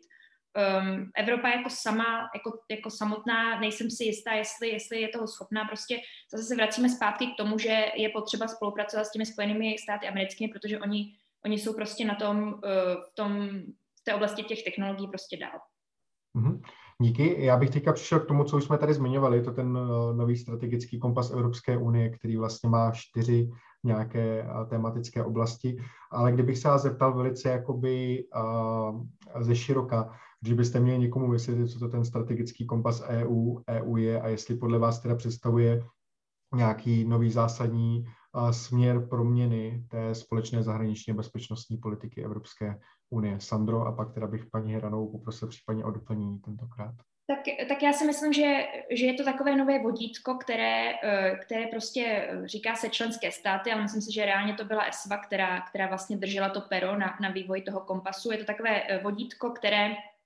Um, Evropa jako sama, jako, jako samotná, nejsem si jistá, jestli, jestli je toho schopná. Prostě zase se vracíme zpátky k tomu, že je potřeba spolupracovat s těmi Spojenými státy americkými, protože oni, oni jsou prostě na tom, uh, v, tom, v té oblasti těch technologií prostě dál. Mm-hmm. Díky. Já bych teďka přišel k tomu, co už jsme tady zmiňovali, je to ten nový strategický kompas Evropské unie, který vlastně má čtyři nějaké tematické oblasti, ale kdybych se vás zeptal velice jakoby uh, ze široka, když byste měli někomu vysvětlit, co to ten strategický kompas E U, E U je a jestli podle vás teda představuje nějaký nový zásadní uh, směr proměny té společné zahraniční bezpečnostní politiky Evropské unie. Sandro, a pak teda bych paní Hranovou poprosil případně o doplnění tentokrát. Tak, tak já si myslím, že, že je to takové nové vodítko, které, které prostě říká se členské státy, ale myslím si, že reálně to byla E S V A, která, která vlastně držela to pero na, na vývoj toho kompasu. Je to takové vodítko, které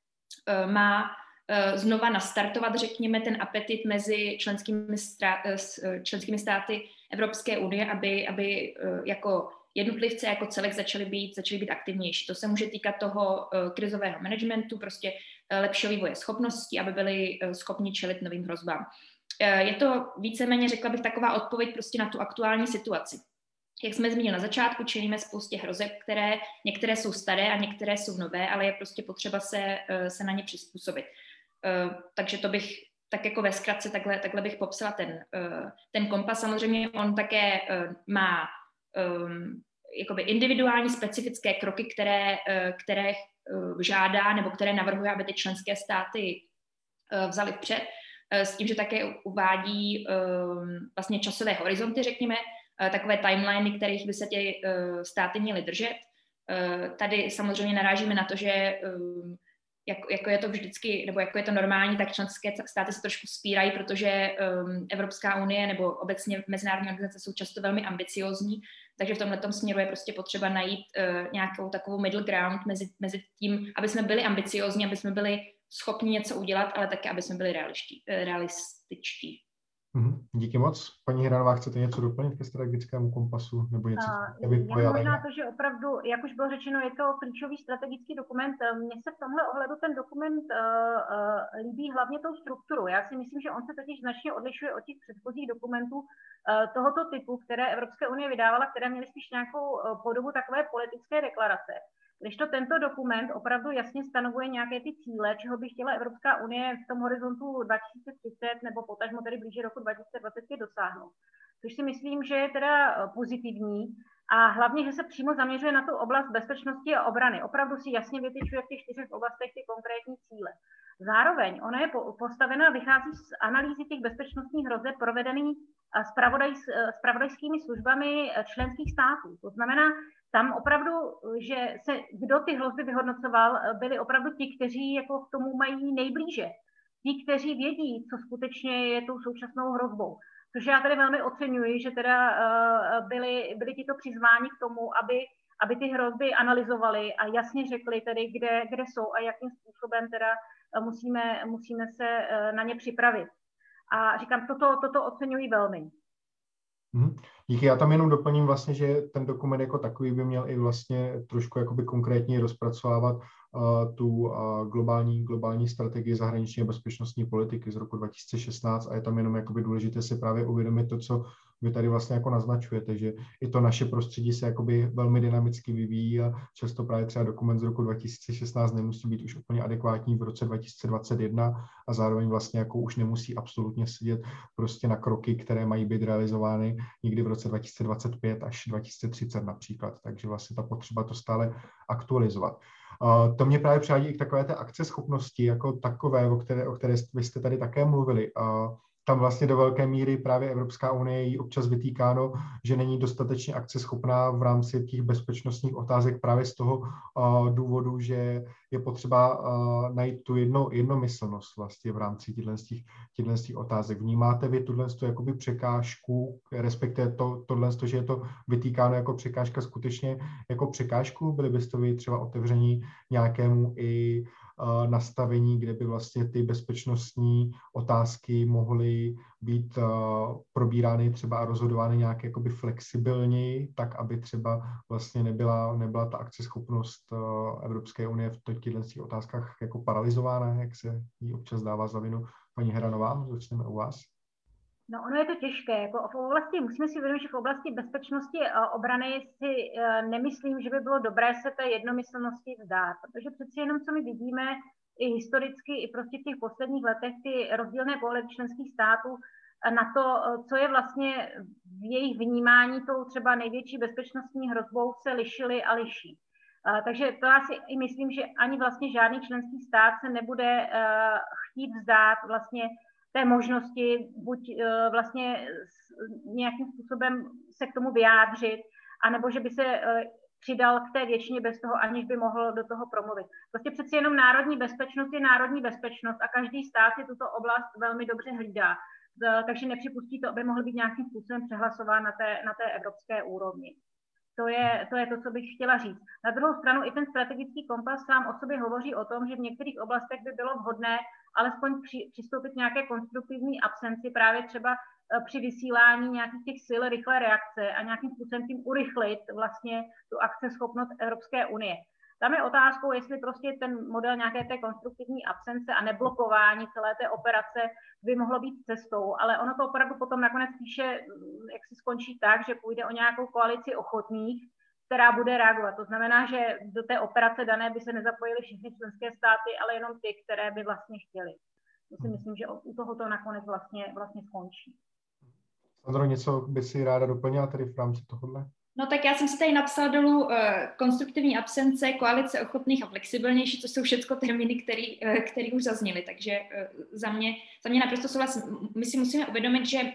má znova nastartovat, řekněme, ten apetit mezi členskými, strá, členskými státy Evropské unie, aby, aby jako jednotlivce jako celek začaly být, začaly být aktivnější. To se může týkat toho uh, krizového managementu, prostě uh, lepšího vývoje schopností, aby byli uh, schopni čelit novým hrozbám. Uh, je to víceméně, řekla bych, taková odpověď prostě na tu aktuální situaci. Jak jsme zmínili na začátku, čelíme spoustě hrozeb, které některé jsou staré a některé jsou nové, ale je prostě potřeba se, uh, se na ně přizpůsobit. Uh, takže to bych tak jako ve zkratce takhle, takhle bych popsala ten, uh, ten kompas. Samozřejmě on také uh, má um, jakoby individuální specifické kroky, které, které žádá nebo které navrhuje, aby ty členské státy vzaly vpřed, s tím, že také uvádí vlastně časové horizonty, řekněme, takové timeliny, kterých by se ty státy měly držet. Tady samozřejmě narážíme na to, že jako, jako je to vždycky, nebo jako je to normální, tak členské státy se trošku spírají, protože um, Evropská unie nebo obecně mezinárodní organizace jsou často velmi ambiciózní, takže v tomhletom směru je prostě potřeba najít uh, nějakou takovou middle ground mezi, mezi tím, aby jsme byli ambiciózní, aby jsme byli schopni něco udělat, ale také, aby jsme byli realističtí. realističtí. Díky moc. Paní Hranová, chcete něco doplnit ke strategickému kompasu? Nebo něco, uh, je možná to, že opravdu, jak už bylo řečeno, je to klíčový strategický dokument. Mně se v tomhle ohledu ten dokument uh, uh, líbí hlavně tou strukturou. Já si myslím, že on se totiž značně odlišuje od těch předchozích dokumentů uh, tohoto typu, které Evropské unie vydávala, které měly spíš nějakou uh, podobu takové politické deklarace. Když to tento dokument opravdu jasně stanovuje nějaké ty cíle, čeho by chtěla Evropská unie v tom horizontu dva tisíce třicet nebo potažmo tedy blíže roku dva tisíce dvacet pět dosáhnout. Což si myslím, že je teda pozitivní a hlavně, že se přímo zaměřuje na tu oblast bezpečnosti a obrany. Opravdu si jasně vytyčuje v těch čtyřech oblastech ty konkrétní cíle. Zároveň ona je postavena, vychází z analýzy těch bezpečnostních hrozeb provedených spravodaj, spravodajskými službami členských států. To znamená, tam opravdu, že se, kdo ty hrozby vyhodnocoval, byli opravdu ti, kteří jako k tomu mají nejblíže. Ti, kteří vědí, co skutečně je tou současnou hrozbou. Což já tady velmi oceňuji, že teda byli, byli tito přizváni k tomu, aby, aby ty hrozby analyzovali a jasně řekli tedy, kde, kde jsou a jakým způsobem teda musíme, musíme se na ně připravit. A říkám, toto, toto oceňuji velmi. Díky, já tam jenom doplním vlastně, že ten dokument jako takový by měl i vlastně trošku jakoby konkrétně rozpracovávat uh, tu uh, globální, globální strategii zahraniční a bezpečnostní politiky z roku dva tisíce šestnáct a je tam jenom jakoby důležité si právě uvědomit to, co vy tady vlastně jako naznačujete, že i to naše prostředí se jakoby velmi dynamicky vyvíjí a často právě třeba dokument z roku dva tisíce šestnáct nemusí být už úplně adekvátní v roce dva tisíce dvacet jedna a zároveň vlastně jako už nemusí absolutně sedět prostě na kroky, které mají být realizovány někdy v roce dva tisíce dvacet pět až dva tisíce třicet například. Takže vlastně ta potřeba to stále aktualizovat. Uh, to mě právě přivádí i k takové té akceschopnosti jako takové, o které, o které vy jste tady také mluvili. Uh, Tam vlastně do velké míry právě Evropská unie jí občas vytýkáno, že není dostatečně akceschopná v rámci těch bezpečnostních otázek právě z toho uh, důvodu, že je potřeba uh, najít tu jedno, jednomyslnost vlastně v rámci těchto otázek. Vnímáte vy tuhle jakoby překážku, respektive to, tohle, že je to vytýkáno jako překážka skutečně jako překážku? Byli byste vy třeba otevření nějakému i nastavení, kde by vlastně ty bezpečnostní otázky mohly být uh, probírány třeba a rozhodovány nějak jakoby flexibilněji, tak aby třeba vlastně nebyla, nebyla ta akceschopnost uh, Evropské unie v těchto otázkách jako paralizována, jak se jí občas dává za vinu. Paní Heranová, začneme u vás. No, ono je to těžké. Jako v oblasti, musíme si uvědomit, že v oblasti bezpečnosti a obrany si nemyslím, že by bylo dobré se té jednomyslnosti vzdát, protože přeci jenom, co my vidíme i historicky, i prostě v těch posledních letech, ty rozdílné pohledy členských států na to, co je vlastně v jejich vnímání tou třeba největší bezpečnostní hrozbou, se lišily a liší. Takže to já si i myslím, že ani vlastně žádný členský stát se nebude chtít vzdát vlastně té možnosti buď uh, vlastně nějakým způsobem se k tomu vyjádřit, anebo že by se uh, přidal k té většině bez toho, aniž by mohl do toho promluvit. Prostě přeci jenom národní bezpečnost je národní bezpečnost a každý stát si tuto oblast velmi dobře hlídá. Uh, takže nepřipustí to, aby mohl být nějakým způsobem přehlasován na té, na té evropské úrovni. To je, to je to, co bych chtěla říct. Na druhou stranu i ten strategický kompas sám o sobě hovoří o tom, že v některých oblastech by bylo vhodné alespoň při, přistoupit k nějaké konstruktivní absenci právě třeba při vysílání nějakých těch sil rychlé reakce a nějakým způsobem tím urychlit vlastně tu akceschopnost Evropské unie. Tam je otázkou, jestli prostě ten model nějaké té konstruktivní absence a neblokování celé té operace by mohlo být cestou, ale ono to opravdu potom nakonec spíše, jak se skončí tak, že půjde o nějakou koalici ochotných, která bude reagovat. To znamená, že do té operace dané by se nezapojily všechny členské státy, ale jenom ty, které by vlastně chtěly. To si myslím, že u toho to nakonec vlastně, vlastně skončí. Sandro, něco by si ráda doplnila tady v rámci tohohle? No tak já jsem si tady napsala dolů uh, konstruktivní absence, koalice ochotných a flexibilnější, to jsou všechno termíny, který, uh, který už zazněly, takže uh, za mě, za mě naprosto souhlasím. My si musíme uvědomit, že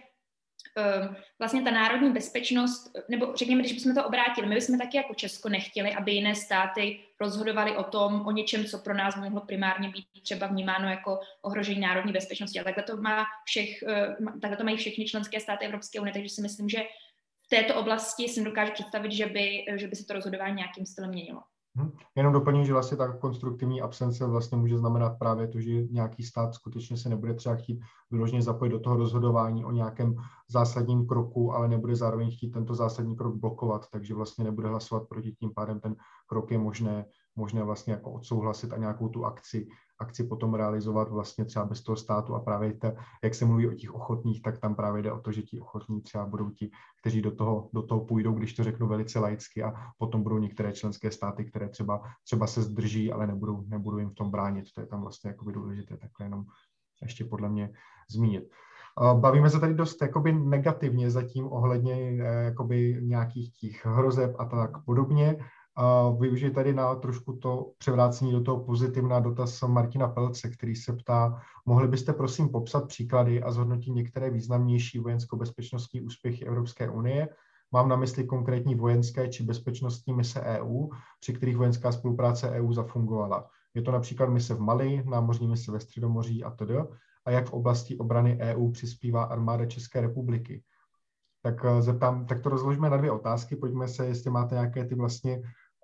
uh, vlastně ta národní bezpečnost, nebo řekněme, když bychom to obrátili, my bychom taky jako Česko nechtěli, aby jiné státy rozhodovaly o tom, o něčem, co pro nás mohlo primárně být třeba vnímáno jako ohrožení národní bezpečnosti. A takhle to, má všech, uh, takhle to mají všechny členské státy Evropské unie, takže si myslím, že v této oblasti si dokážu představit, že by, že by se to rozhodování nějakým stylem měnilo. Hmm. Jenom doplním, že vlastně ta konstruktivní absence vlastně může znamenat právě to, že nějaký stát skutečně se nebude třeba chtít vyloženě zapojit do toho rozhodování o nějakém zásadním kroku, ale nebude zároveň chtít tento zásadní krok blokovat, takže vlastně nebude hlasovat proti, tím pádem ten krok je možné, možné vlastně jako odsouhlasit a nějakou tu akci, akci potom realizovat vlastně třeba bez toho státu a právě te, jak se mluví o těch ochotných, tak tam právě jde o to, že ti ochotní třeba budou ti, kteří do toho, do toho půjdou, když to řeknu velice laicky a potom budou některé členské státy, které třeba, třeba se zdrží, ale nebudou, nebudou jim v tom bránit. To je tam vlastně jakoby důležité, takhle jenom ještě podle mě zmínit. Bavíme se tady dost jakoby negativně zatím ohledně jakoby nějakých těch hrozeb a tak podobně. Využiji tady na trošku to převrácení do toho pozitivna dotaz Martina Pelce, který se ptá, mohli byste prosím popsat příklady a zhodnotit některé významnější vojensko-bezpečnostní úspěchy Evropské unie, Mám na mysli konkrétní vojenské či bezpečnostní mise E U, při kterých vojenská spolupráce E U zafungovala. Je to například mise v Mali, námořní mise ve Středomoří a td. A jak v oblasti obrany E U přispívá armáda České republiky. Tak zeptám, tak to rozložíme na dvě otázky. Pojďme se, jestli máte nějaké ty vlastně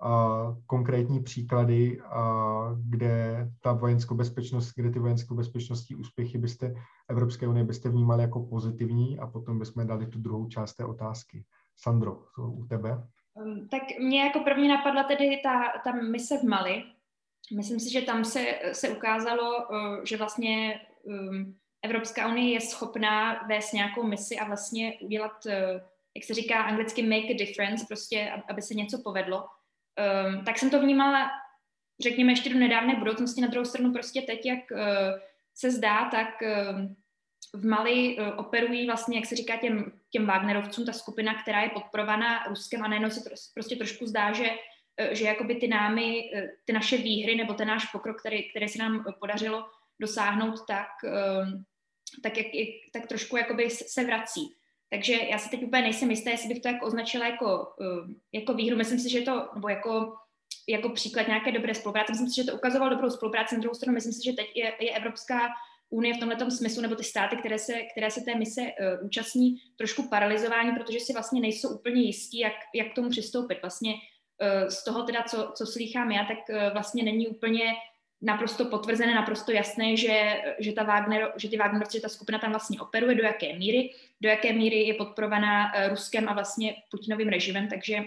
uh, konkrétní příklady, uh, kde ta vojenskou bezpečnost, kde ty vojenskou bezpečnostní úspěchy byste Evropské unie byste vnímali jako pozitivní a potom bychom dali tu druhou část té otázky. Sandro, to u tebe. Um, tak mě jako první napadla tedy ta, ta mise v Mali. Myslím si, že tam se, se ukázalo, uh, že vlastně um, Evropská unie je schopná vést nějakou misi a vlastně udělat, jak se říká anglicky, make a difference, prostě, aby se něco povedlo. Um, tak jsem to vnímala, řekněme, ještě do nedávné budoucnosti. Na druhou stranu prostě teď, jak uh, se zdá, tak uh, v Mali uh, operují vlastně, jak se říká, těm, těm Wagnerovcům, ta skupina, která je podporovaná Ruskem a najednou se to, prostě trošku zdá, že, uh, že jakoby ty námi, uh, ty naše výhry nebo ten náš pokrok, který, který se nám podařilo dosáhnout, tak, tak, jak, tak trošku jakoby se vrací. Takže já se teď úplně nejsem jistá, jestli bych to jako označila jako, jako výhru. Myslím si, že to, nebo jako, jako příklad nějaké dobré spolupráce. Myslím si, že to ukazovalo dobrou spolupráci. Na druhou stranu myslím si, že teď je, je Evropská unie v tomhletom smyslu, nebo ty státy, které se, které se té mise uh, účastní, trošku paralizování, protože si vlastně nejsou úplně jistí, jak, jak k tomu přistoupit. Vlastně uh, z toho teda, co, co slýchám já, tak uh, vlastně není úplně naprosto potvrzené, naprosto jasné, že, že, ta Wagner, že ty Wagnerovci, že ta skupina tam vlastně operuje, do jaké míry, do jaké míry je podporovaná uh, Ruskem a vlastně Putinovým režimem, takže,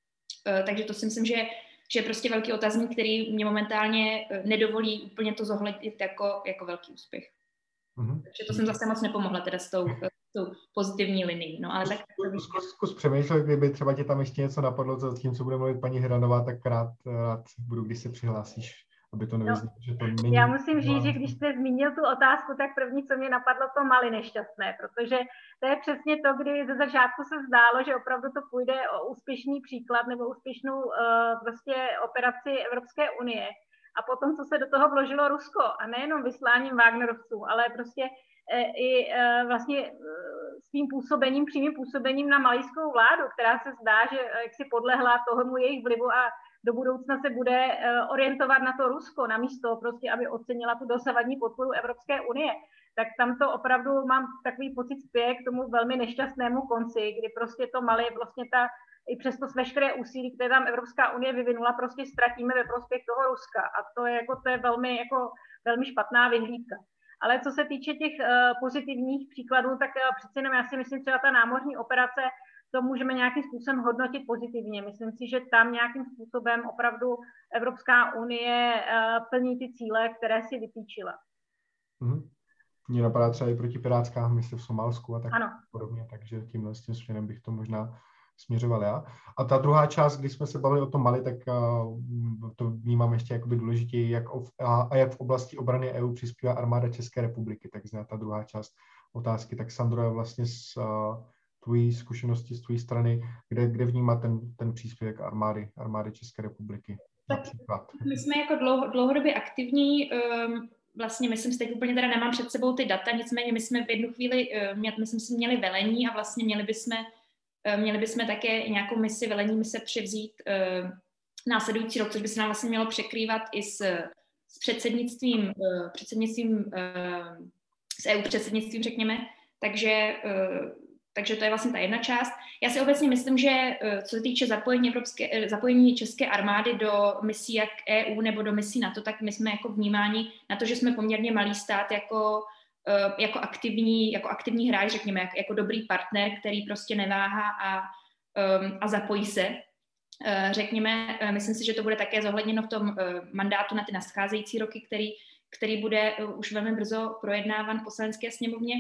uh, takže to si myslím, že, že je prostě velký otazník, který mě momentálně uh, nedovolí úplně to zohlednit jako, jako velký úspěch. Mm-hmm. Takže to jsem zase moc nepomohla teda s tou, s tou pozitivní linií. No, ale tak... Zkus, zkus přemýšlet, kdyby třeba tě tam ještě něco napadlo, za tím, co bude mluvit paní Hranová, tak rád, rád budu, když se přihlásíš. Aby to nevyznělo, no, že to není... Já musím říct, že když jste zmínil tu otázku, tak první, co mě napadlo, to Mali nešťastné, protože to je přesně to, kdy ze začátku se zdálo, že opravdu to půjde o úspěšný příklad nebo úspěšnou uh, prostě operaci Evropské unie. A potom, co se do toho vložilo Rusko, a nejenom vysláním Wagnerovců, ale prostě uh, i uh, vlastně uh, svým působením, přímým působením na malijskou vládu, která se zdá, že uh, jak si podlehla tomu jejich vlivu a do budoucna se bude uh, orientovat na to Rusko, namísto prostě, aby ocenila tu dosavadní podporu Evropské unie, tak tam to opravdu mám takový pocit spěje k tomu velmi nešťastnému konci, kdy prostě to Mali vlastně ta, i přesto s veškeré úsilí, které tam Evropská unie vyvinula, prostě ztratíme ve prospěch toho Ruska. A to je, jako, to je velmi, jako, velmi špatná vyhlídka. Ale co se týče těch uh, pozitivních příkladů, tak uh, přeci jenom já si myslím, třeba ta námořní operace, to můžeme nějakým způsobem hodnotit pozitivně. Myslím si, že tam nějakým způsobem opravdu Evropská unie uh, plní ty cíle, které si vytýčila. Mm-hmm. Mně napadá třeba i protipirátská mise v Somálsku a tak ano. podobně, takže tímhle s tím směrem bych to možná směřoval já. A ta druhá část, když jsme se bavili o tom Mali, tak uh, to vnímám ještě jakoby důležitěji, jak o, a, a jak v oblasti obrany E U přispívá armáda České republiky, tak zná ta druhá část otázky. Tak Sandro, vlastně z uh, tvojí zkušenosti, z tvojí strany, kde, kde vnímá ten, ten příspěvek armády, armády České republiky například? My jsme jako dlouho, dlouhodobě aktivní, um, vlastně myslím si, teď úplně teda nemám před sebou ty data, nicméně my jsme v jednu chvíli, uh, mě, myslím si, měli velení a vlastně měli bychom, uh, měli bychom také nějakou misi velení mise převzít uh, následující rok, což by se nám vlastně mělo překrývat i s, s předsednictvím, uh, předsednictvím uh, s E U předsednictvím, řekněme, takže uh, Takže to je vlastně ta jedna část. Já si obecně myslím, že co se týče zapojení, evropské, zapojení české armády do misí jak E U nebo do misí NATO, tak my jsme jako vnímáni na to, že jsme poměrně malý stát jako, jako, aktivní, jako aktivní hráč, řekněme, jako, jako dobrý partner, který prostě neváhá a, a zapojí se. Řekněme, myslím si, že to bude také zohledněno v tom mandátu na ty nascházející roky, který, který bude už velmi brzo projednáván v Poslanecké sněmovně.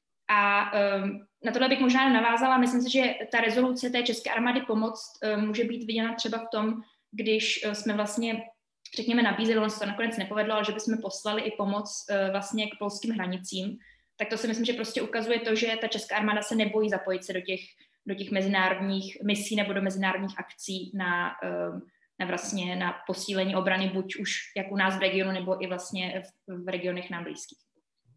A um, na tohle bych možná navázala. Myslím si, že ta rezoluce té české armády pomoct um, může být viděna třeba v tom, když uh, jsme vlastně, řekněme, nabízeli, ono se to nakonec nepovedlo, ale že bychom poslali i pomoc uh, vlastně k polským hranicím. Tak to si myslím, že prostě ukazuje to, že ta česká armáda se nebojí zapojit se do těch, do těch mezinárodních misí nebo do mezinárodních akcí na, um, na, vlastně, na posílení obrany, buď už jak u nás v regionu, nebo i vlastně v, v regionech nám blízkých.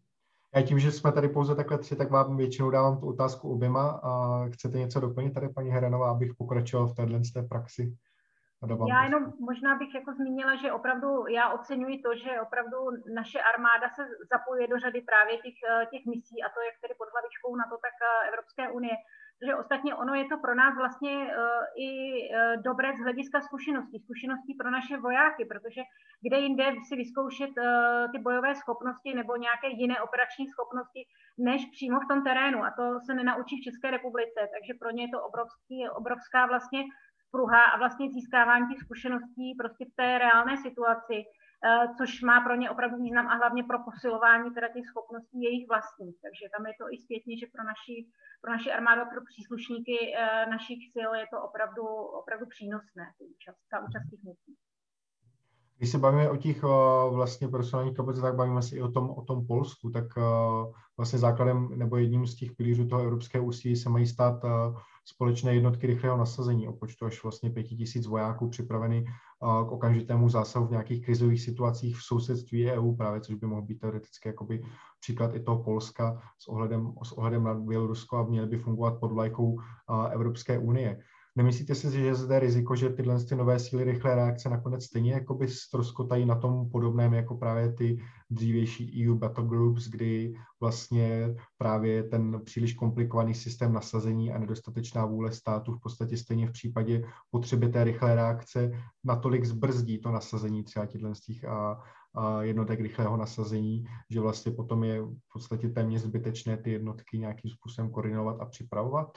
Já tím, že jsme tady pouze takhle tři, tak vám většinou dávám tu otázku oběma. A chcete něco doplnit tady, paní Heranová, abych pokračoval v téhle z té praxi? Já jenom možná bych jako zmínila, že opravdu já oceňuji to, že opravdu naše armáda se zapojuje do řady právě těch, těch misí, a to jak tedy pod hlavičkou NATO, tak Evropské unie. Protože ostatně ono je to pro nás vlastně uh, i uh, dobré z hlediska zkušeností, zkušeností pro naše vojáky, protože kde jinde si vyzkoušet uh, ty bojové schopnosti nebo nějaké jiné operační schopnosti, než přímo v tom terénu. A to se nenaučí v České republice, takže pro ně je to obrovský, obrovská vlastně pruha a vlastně získávání těch zkušeností prostě v té reálné situaci, což má pro ně opravdu význam a hlavně pro posilování teda těch schopností jejich vlastních. Takže tam je to i zpětně, že pro naši, pro naši armádu, pro příslušníky našich sil je to opravdu, opravdu přínosné, ta účast těch misí. Když se bavíme o těch vlastně personálních kapacitách, bavíme se i o tom, o tom Polsku, tak vlastně základem nebo jedním z těch pilířů toho evropského úsilí se mají stát společné jednotky rychlého nasazení o počtu až vlastně pěti tisíc vojáků připraveny k okamžitému zásahu v nějakých krizových situacích v sousedství E U právě, což by mohl být teoreticky jakoby příklad i toho Polska s ohledem, s ohledem na Bělorusko a měly by fungovat pod vlajkou Evropské unie. Nemyslíte si, že je zde riziko, že tyhle ty nové síly rychlé reakce nakonec stejně jakoby ztroskotají na tom podobném jako právě ty dřívější E U battle groups, kdy vlastně právě ten příliš komplikovaný systém nasazení a nedostatečná vůle státu v podstatě stejně v případě potřeby té rychlé reakce natolik zbrzdí to nasazení třeba těchto a, a jednotek rychlého nasazení, že vlastně potom je v podstatě téměř zbytečné ty jednotky nějakým způsobem koordinovat a připravovat?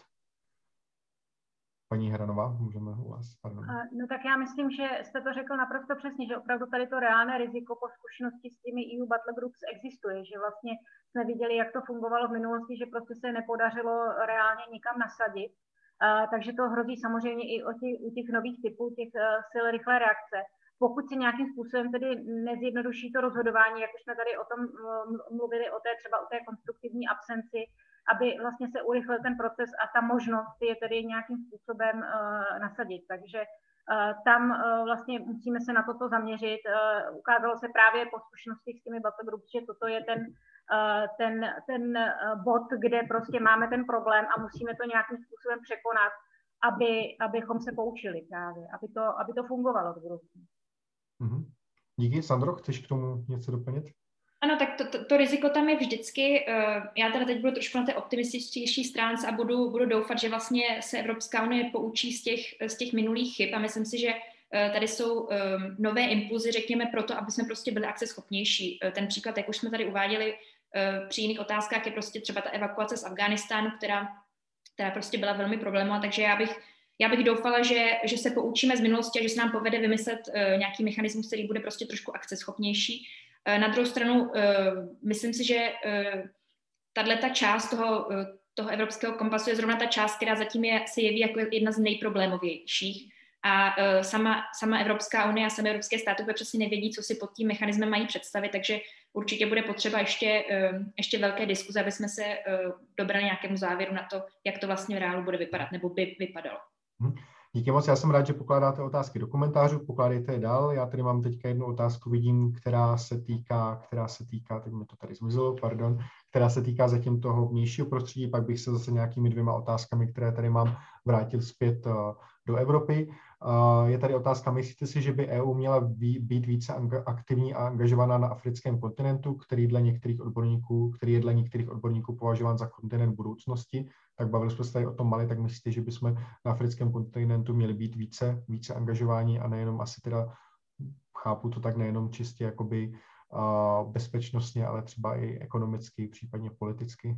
Paní Heranová, můžeme u vás, pardon. No tak já myslím, že jste to řekl naprosto přesně, že opravdu tady to reálné riziko po zkušenosti s těmi E U battle groups existuje, že vlastně jsme viděli, jak to fungovalo v minulosti, že prostě se nepodařilo reálně nikam nasadit, uh, takže to hrozí samozřejmě i o těch, u těch nových typů, těch uh, sil rychlé reakce. Pokud se nějakým způsobem tedy nezjednoduší to rozhodování, jak už jsme tady o tom uh, mluvili, o té třeba o té konstruktivní absenci, aby vlastně se urychlil ten proces a ta možnost je tedy nějakým způsobem uh, nasadit. Takže uh, tam uh, vlastně musíme se na toto zaměřit. Uh, ukázalo se právě po zkušenostích s těmi battle groups, že toto je ten, uh, ten, ten uh, bod, kde prostě máme ten problém a musíme to nějakým způsobem překonat, aby, abychom se poučili právě, aby to, aby to fungovalo v budoucnu. Mm-hmm. Díky. Sandro, chceš k tomu něco doplnit? Ano, tak to, to, to riziko tam je vždycky. Já teda teď budu trošku na té optimističtější stránce a budu, budu doufat, že vlastně se Evropská unie poučí z těch, z těch minulých chyb a myslím si, že tady jsou nové impulzy, řekněme, proto, aby jsme prostě byli akceschopnější. Ten příklad, jak už jsme tady uváděli při jiných otázkách, je prostě třeba ta evakuace z Afghánistánu, která, která prostě byla velmi problémová, takže já bych Já bych doufala, že, že se poučíme z minulosti a že se nám povede vymyslet uh, nějaký mechanismus, který bude prostě trošku akceschopnější. Uh, na druhou stranu, uh, myslím si, že uh, tato část toho, uh, toho evropského kompasu je zrovna ta část, která zatím je, se jeví jako jedna z nejproblémovějších. A uh, sama, sama Evropská unie a samé evropské státy přesně nevědí, co si pod tím mechanismem mají představit, takže určitě bude potřeba ještě, uh, ještě velké diskuze, aby jsme se uh, dobrali nějakému závěru na to, jak to vlastně v reálu bude vypadat, nebo by vypadalo. Díky moc, já jsem rád, že pokládáte otázky do komentářů, pokládejte je dál. Já tady mám teďka jednu otázku, vidím, která se týká, která se týká, teď mi to tady zmizelo, pardon, která se týká zatím toho vnějšího prostředí, pak bych se zase nějakými dvěma otázkami, které tady mám, vrátil zpět do Evropy. Je tady otázka, myslíte si, že by E U měla být více aktivní a angažovaná na africkém kontinentu, který, dle některých odborníků, který je dle některých odborníků považován za kontinent budoucnosti? Tak bavili jsme se tady o tom Mali, tak myslíte, že bychom na africkém kontinentu měli být více, více angažováni a nejenom asi teda, chápu to tak nejenom čistě jakoby uh, bezpečnostně, ale třeba i ekonomicky, případně politicky?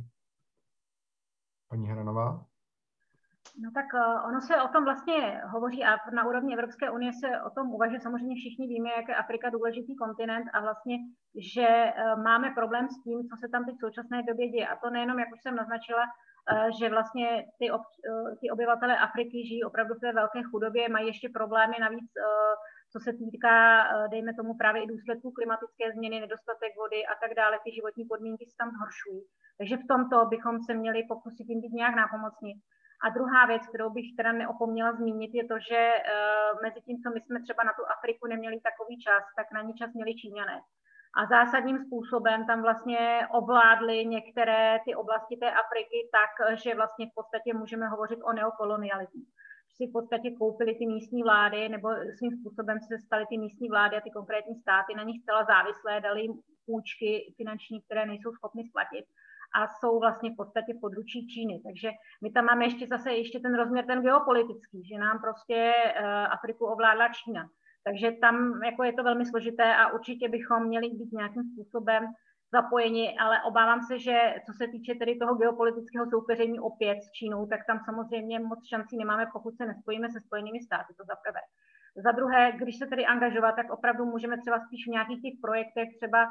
Paní Heranová? No tak uh, ono se o tom vlastně hovoří a na úrovni Evropské unie se o tom uvažuje. Samozřejmě všichni víme, jak je Afrika důležitý kontinent a vlastně, že uh, máme problém s tím, co se tam teď v současné době děje. A to nejenom, jak už jsem naznačila, uh, že vlastně ty, ob, uh, ty obyvatelé Afriky žijí opravdu v té velké chudobě, mají ještě problémy navíc, uh, co se týká, uh, dejme tomu právě i důsledků klimatické změny, nedostatek vody a tak dále, ty životní podmínky se tam zhoršují. Takže v tomto bychom se měli pokusit jim být nějak nápomocní. A druhá věc, kterou bych teda neopomněla zmínit, je to, že uh, mezi tím, co my jsme třeba na tu Afriku neměli takový čas, tak na ní čas měli Číňané. a zásadním způsobem tam vlastně ovládli některé ty oblasti té Afriky tak, že vlastně v podstatě můžeme hovořit o neokolonialismu. Si v podstatě koupili ty místní vlády, nebo svým způsobem se staly ty místní vlády a ty konkrétní státy na nich zcela závislé, dali jim půjčky finanční, které nejsou schopny splatit a jsou vlastně v podstatě v područí Číny. Takže my tam máme ještě zase ještě ten rozměr, ten geopolitický, že nám prostě uh, Afriku ovládla Čína. Takže tam jako je to velmi složité a určitě bychom měli být nějakým způsobem zapojeni, ale obávám se, že co se týče tedy toho geopolitického soupeření opět s Čínou, tak tam samozřejmě moc šancí nemáme, pokud se nespojíme se Spojenými státy, to za prvé. Za druhé, když se tedy angažovat, tak opravdu můžeme třeba spíš v nějakých těch projektech třeba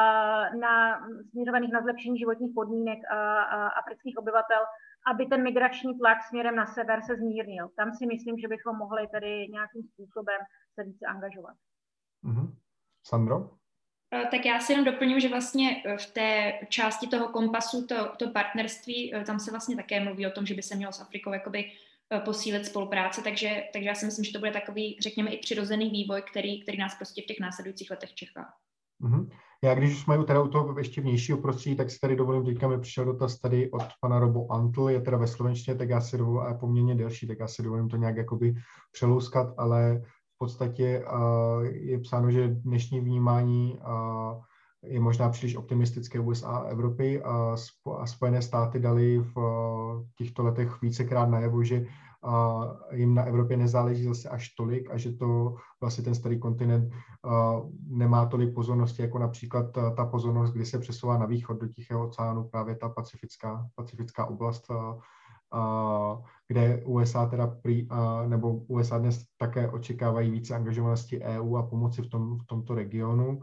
uh, na, směřovaných na zlepšení životních podmínek uh, uh, afrických obyvatel, aby ten migrační tlak směrem na sever se zmírnil. Tam si myslím, že bychom mohli tedy nějakým způsobem se více angažovat. Mm-hmm. Sandro? Tak já si jenom doplním, že vlastně v té části toho kompasu, to, to partnerství, tam se vlastně také mluví o tom, že by se mělo s Afrikou jakoby posílit spolupráce, takže, takže já si myslím, že to bude takový, řekněme, i přirozený vývoj, který, který nás prostě v těch následujících letech čeká. Mm-hmm. Já když jsme teda u toho ještě vnějšího prostředí, tak si tady dovolím, teďka mi přišel dotaz tady od pana Robo Antl, je teda ve slovenštině, tak já si dovolím, a je poměrně delší, tak já si dovolím to nějak jakoby přelouskat, ale v podstatě uh, je psáno, že dnešní vnímání uh, je možná příliš optimistické U S A a Evropy a, a Spojené státy dali v uh, těchto letech vícekrát najevo, že uh, jim na Evropě nezáleží zase až tolik a že to vlastně ten starý kontinent uh, nemá tolik pozornosti, jako například ta, ta pozornost, kdy se přesouvá na východ do Tichého oceánu, právě ta pacifická, pacifická oblast, uh, Uh, kde U S A teda prý, uh, nebo U S A dnes také očekávají více angažovanosti E U a pomoci v, tom, v tomto regionu.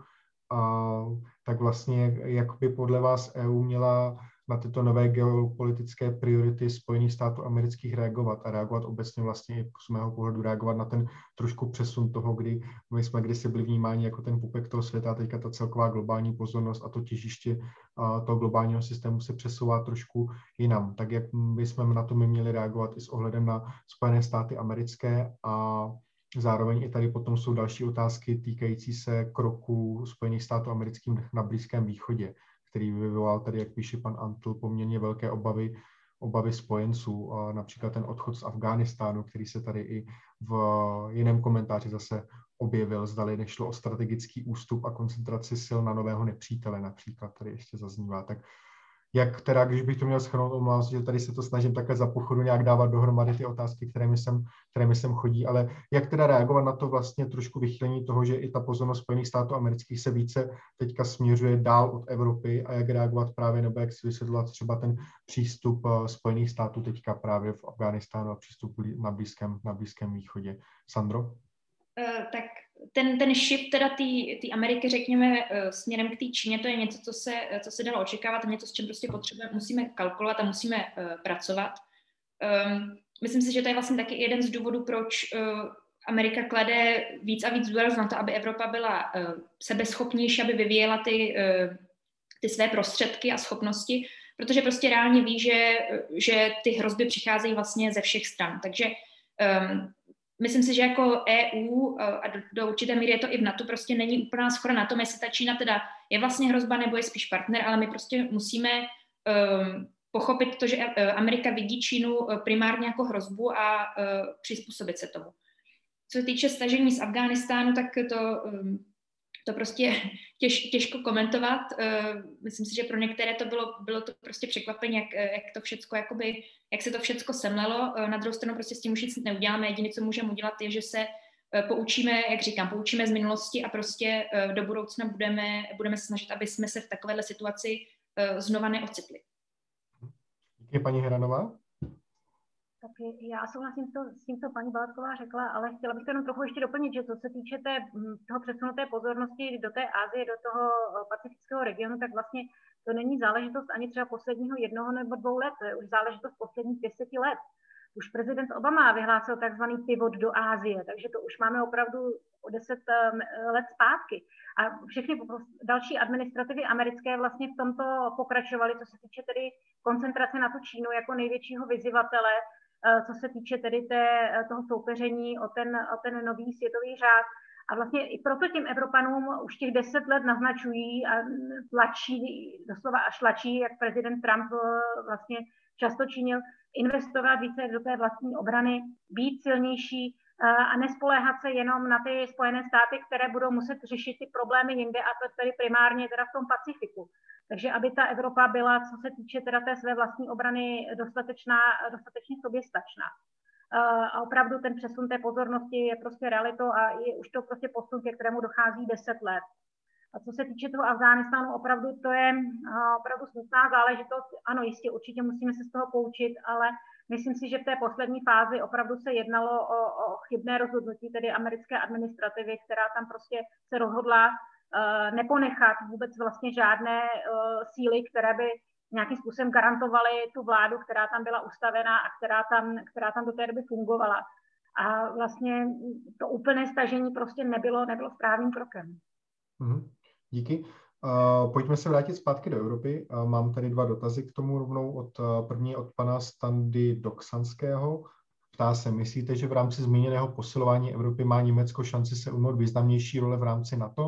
Uh, tak vlastně, jak by podle vás E U měla na tyto nové geopolitické priority Spojených států amerických reagovat a reagovat obecně vlastně i z mého pohledu reagovat na ten trošku přesun toho, kdy my jsme kdysi byli vnímáni jako ten pupek toho světa a teďka ta celková globální pozornost a to těžiště toho globálního systému se přesouvá trošku jinam. Tak jak bychom na to my měli reagovat i s ohledem na Spojené státy americké a zároveň i tady potom jsou další otázky týkající se kroků Spojených států amerických na Blízkém východě, který vyvolal tady, jak píše pan Antl, poměrně velké obavy, obavy spojenců. A například ten odchod z Afghánistánu, který se tady i v jiném komentáři zase objevil, zdali nešlo o strategický ústup a koncentraci sil na nového nepřítele, například tady ještě zaznívá. Tak jak teda, když bych to měl shrnout, omlouvám se, že tady se to snažím takhle za pochodu nějak dávat dohromady ty otázky, které mi sem, které mi sem chodí, ale jak teda reagovat na to vlastně trošku vychylení toho, že i ta pozornost Spojených států amerických se více teďka směřuje dál od Evropy a jak reagovat právě, nebo jak si vysvětlovat třeba ten přístup Spojených států teďka právě v Afghánistánu a přístup na Blízkém, na Blízkém východě. Sandro? Uh, tak ten, ten shift teda té Ameriky, řekněme, směrem k té Číně, to je něco, co se, co se dalo očekávat a něco, s čím prostě potřebujeme, musíme kalkulovat a musíme uh, pracovat. Um, myslím si, že to je vlastně taky jeden z důvodů, proč uh, Amerika klade víc a víc důraz na to, aby Evropa byla uh, sebeschopnější, aby vyvíjela ty, uh, ty své prostředky a schopnosti, protože prostě reálně ví, že, že ty hrozby přicházejí vlastně ze všech stran. Takže um, myslím si, že jako E U a do, do určité míry je to i v NATO, prostě není úplná shoda na tom, jestli ta Čína teda je vlastně hrozba nebo je spíš partner, ale my prostě musíme um, pochopit to, že Amerika vidí Čínu primárně jako hrozbu a uh, přizpůsobit se tomu. Co se týče stažení z Afghánistánu, tak to, um, to prostě těž, těžko komentovat. Uh, myslím si, že pro některé to bylo, bylo to prostě překvapení, jak, jak to všecko, jakoby, jak se to všecko semlelo. Uh, na druhou stranu prostě s tím už nic neuděláme. Jediné, co můžeme udělat, je, že se uh, poučíme, jak říkám, poučíme z minulosti a prostě uh, do budoucna budeme, budeme se snažit, aby jsme se v takovéhle situaci uh, znova neocitli. Díky, paní Heranová. Tak já souhlasím s tím, co paní Balašková řekla, ale chtěla bych to jenom trochu ještě doplnit, že co se týče té, toho přesunuté pozornosti do té Asie, do toho pacifického regionu, tak vlastně to není záležitost ani třeba posledního jednoho nebo dvou let, to je už záležitost posledních deseti let. Už prezident Obama vyhlásil takzvaný pivot do Asie, takže to už máme opravdu o deset let zpátky. A všechny další administrativy americké vlastně v tomto pokračovaly, co se týče tedy koncentrace na tu Čínu jako největšího vyzývatele, co se týče tedy té, toho soupeření o ten, o ten nový světový řád. A vlastně i proto těm Evropanům už těch deset let naznačují a tlačí, doslova až tlačí, jak prezident Trump vlastně často činil, investovat více do té vlastní obrany, být silnější a nespoléhat se jenom na ty Spojené státy, které budou muset řešit ty problémy jinde, a to tedy primárně teda v tom Pacifiku. Takže aby ta Evropa byla, co se týče teda té své vlastní obrany, dostatečná, dostatečně soběstačná. A opravdu ten přesun té pozornosti je prostě realitou a je už to prostě posun, ke kterému dochází deset let. A co se týče toho Afghánistánu, opravdu to je opravdu smutná záležitost. Ano, jistě, určitě musíme se z toho poučit, ale myslím si, že v té poslední fázi opravdu se jednalo o, o chybné rozhodnutí, tedy americké administrativy, která tam prostě se rozhodla uh, neponechat vůbec vlastně žádné uh, síly, které by nějakým způsobem garantovaly tu vládu, která tam byla ustavená a která tam, která tam do té doby fungovala. A vlastně to úplné stažení prostě nebylo, nebylo správným krokem. Mm-hmm. Díky. Uh, pojďme se vrátit zpátky do Evropy. Uh, mám tady dva dotazy k tomu rovnou. Od, uh, první od pana Standy Doksanského. Ptá se, myslíte, že v rámci zmíněného posilování Evropy má Německo šanci se ujmout významnější role v rámci NATO?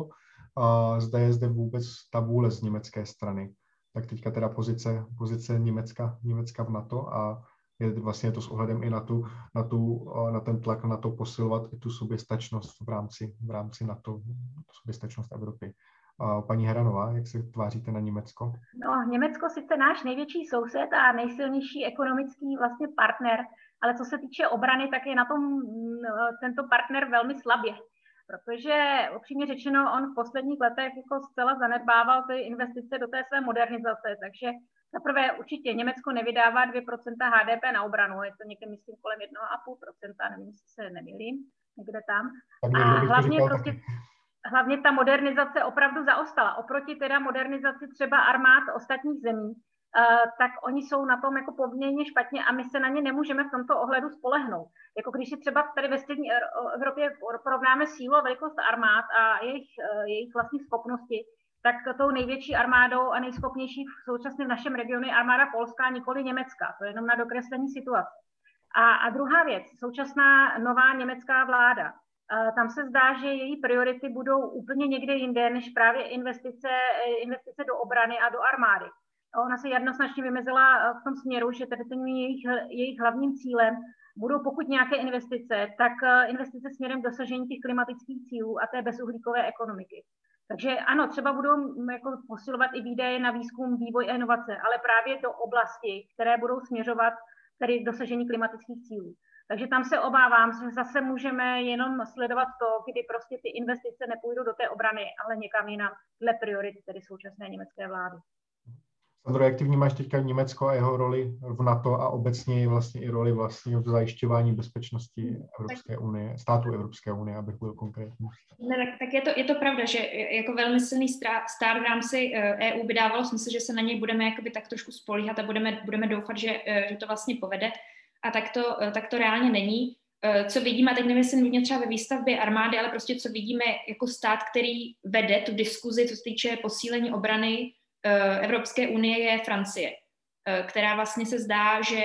Uh, zda je zde vůbec ta vůle z německé strany. Tak teďka teda pozice, pozice Německa, Německa v NATO a je vlastně to s ohledem i na, tu, na, tu, na ten tlak na to posilovat i tu soběstačnost v rámci, v rámci NATO, soběstačnost Evropy. Paní Heranová, jak se tváříte na Německo? No, Německo sice náš největší soused a nejsilnější ekonomický vlastně partner, ale co se týče obrany, tak je na tom tento partner velmi slabě. Protože upřímně řečeno, on v posledních letech jako zcela zanedbával ty investice do té své modernizace, takže zaprvé určitě Německo nevydává dvě procenta H D P na obranu, je to někde myslím kolem jedna celá pět procenta, nevím, jestli se nemýlím, někde tam. A hlavně prostě, hlavně ta modernizace opravdu zaostala. Oproti teda modernizaci třeba armád ostatních zemí, Uh, tak oni jsou na tom jako poměrně špatně a my se na ně nemůžeme v tomto ohledu spolehnout. Jako když si třeba tady ve střední Evropě porovnáme sílu a velikost armád a jejich, uh, jejich vlastní schopnosti, tak tou největší armádou a nejschopnější v současně v našem regionu je armáda polská, nikoli německá. To je jenom na dokreslení situace. A, a druhá věc, současná nová německá vláda. Uh, tam se zdá, že její priority budou úplně někde jinde, než právě investice, investice do obrany a do armády. Ona se jednoznačně vymezila v tom směru, že tedy tím jejich, jejich hlavním cílem budou pokud nějaké investice, tak investice směrem k dosažení těch klimatických cílů a té bezuhlíkové ekonomiky. Takže ano, třeba budou jako posilovat i výdaje na výzkum, vývoj a inovace, ale právě do oblasti, které budou směřovat tedy k dosažení klimatických cílů. Takže tam se obávám, že zase můžeme jenom sledovat to, kdy prostě ty investice nepůjdou do té obrany, ale někam jinam dle priorit tedy současné německé vlády. Sandro, jak ty vnímáš teďka Německo a jeho roli v NATO a obecně vlastně i roli vlastně v zajišťování bezpečnosti Evropské unie, států Evropské unie, abych byl konkrétní? Ne, tak, tak je, to, je to pravda, že jako velmi silný stát v rámci E U by dávalo smysl, že se na něj budeme jakoby tak trošku spolíhat a budeme, budeme doufat, že, že to vlastně povede. A tak to, tak to reálně není. Co vidíme, a teď nemyslím nutně třeba ve výstavbě armády, ale prostě co vidíme jako stát, který vede tu diskuzi, co se týče posílení obrany Evropské unie, je Francie, která vlastně se zdá, že,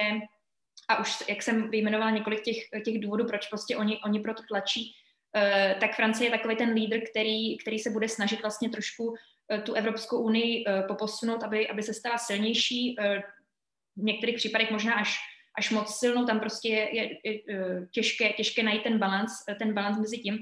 a už jak jsem vyjmenovala několik těch, těch důvodů, proč prostě oni, oni proto tlačí, tak Francie je takový ten lídr, který, který se bude snažit vlastně trošku tu Evropskou unii poposunout, aby, aby se stala silnější, v některých případech možná až, až moc silnou, tam prostě je, je, je těžké, těžké najít ten balans, ten balans mezi tím.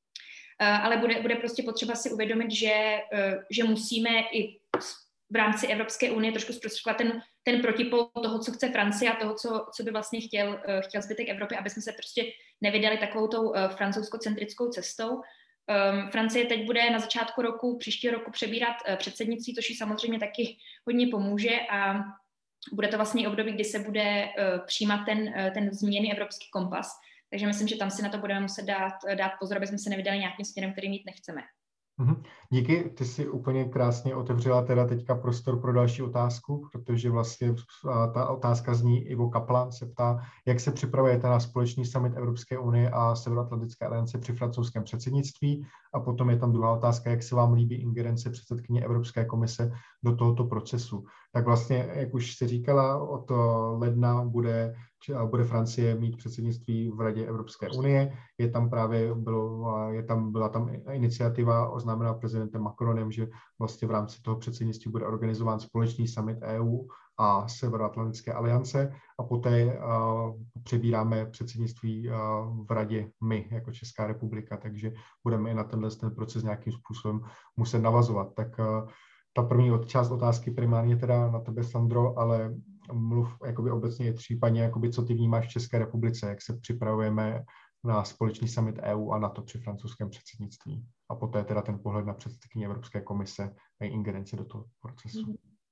Ale bude, bude prostě potřeba si uvědomit, že, že musíme i v rámci Evropské unie trošku zprostředkovat ten, ten protipol toho, co chce Francie a toho, co, co by vlastně chtěl, chtěl zbytek Evropy, aby jsme se prostě nevydali takovou tou francouzsko-centrickou cestou. Um, Francie teď bude na začátku roku, příštího roku přebírat uh, předsednictví, což jí samozřejmě taky hodně pomůže a bude to vlastně období, kdy se bude uh, přijímat ten, uh, ten zmíněný evropský kompas. Takže myslím, že tam si na to budeme muset dát, dát pozor, aby jsme se nevydali nějakým směrem, který mít nechceme. Díky, ty jsi úplně krásně otevřela teda teďka prostor pro další otázku, protože vlastně ta otázka zní, Ivo Kaplan se ptá, jak se připravujete na společný summit Evropské unie a Severoatlantické aliance při francouzském předsednictví, a potom je tam druhá otázka, jak se vám líbí ingerence předsedkyně Evropské komise do tohoto procesu. Tak vlastně, jak už jsi říkala, od ledna bude, bude Francie mít předsednictví v Radě Evropské unie. Je tam právě bylo, je tam, byla tam iniciativa oznámená prezidentem Macronem, že vlastně v rámci toho předsednictví bude organizován společný summit E U a Severoatlantické aliance a poté uh, přebíráme předsednictví uh, v Radě my jako Česká republika, takže budeme i na tenhle ten proces nějakým způsobem muset navazovat. Tak uh, ta první část otázky primárně teda na tebe, Sandro, ale mluv jakoby obecně případně, jakoby, co ty vnímáš v České republice, jak se připravujeme na společný summit E U a NATO při francouzském předsednictví. A poté teda ten pohled na předsedkyni Evropské komise a její ingerenci do toho procesu.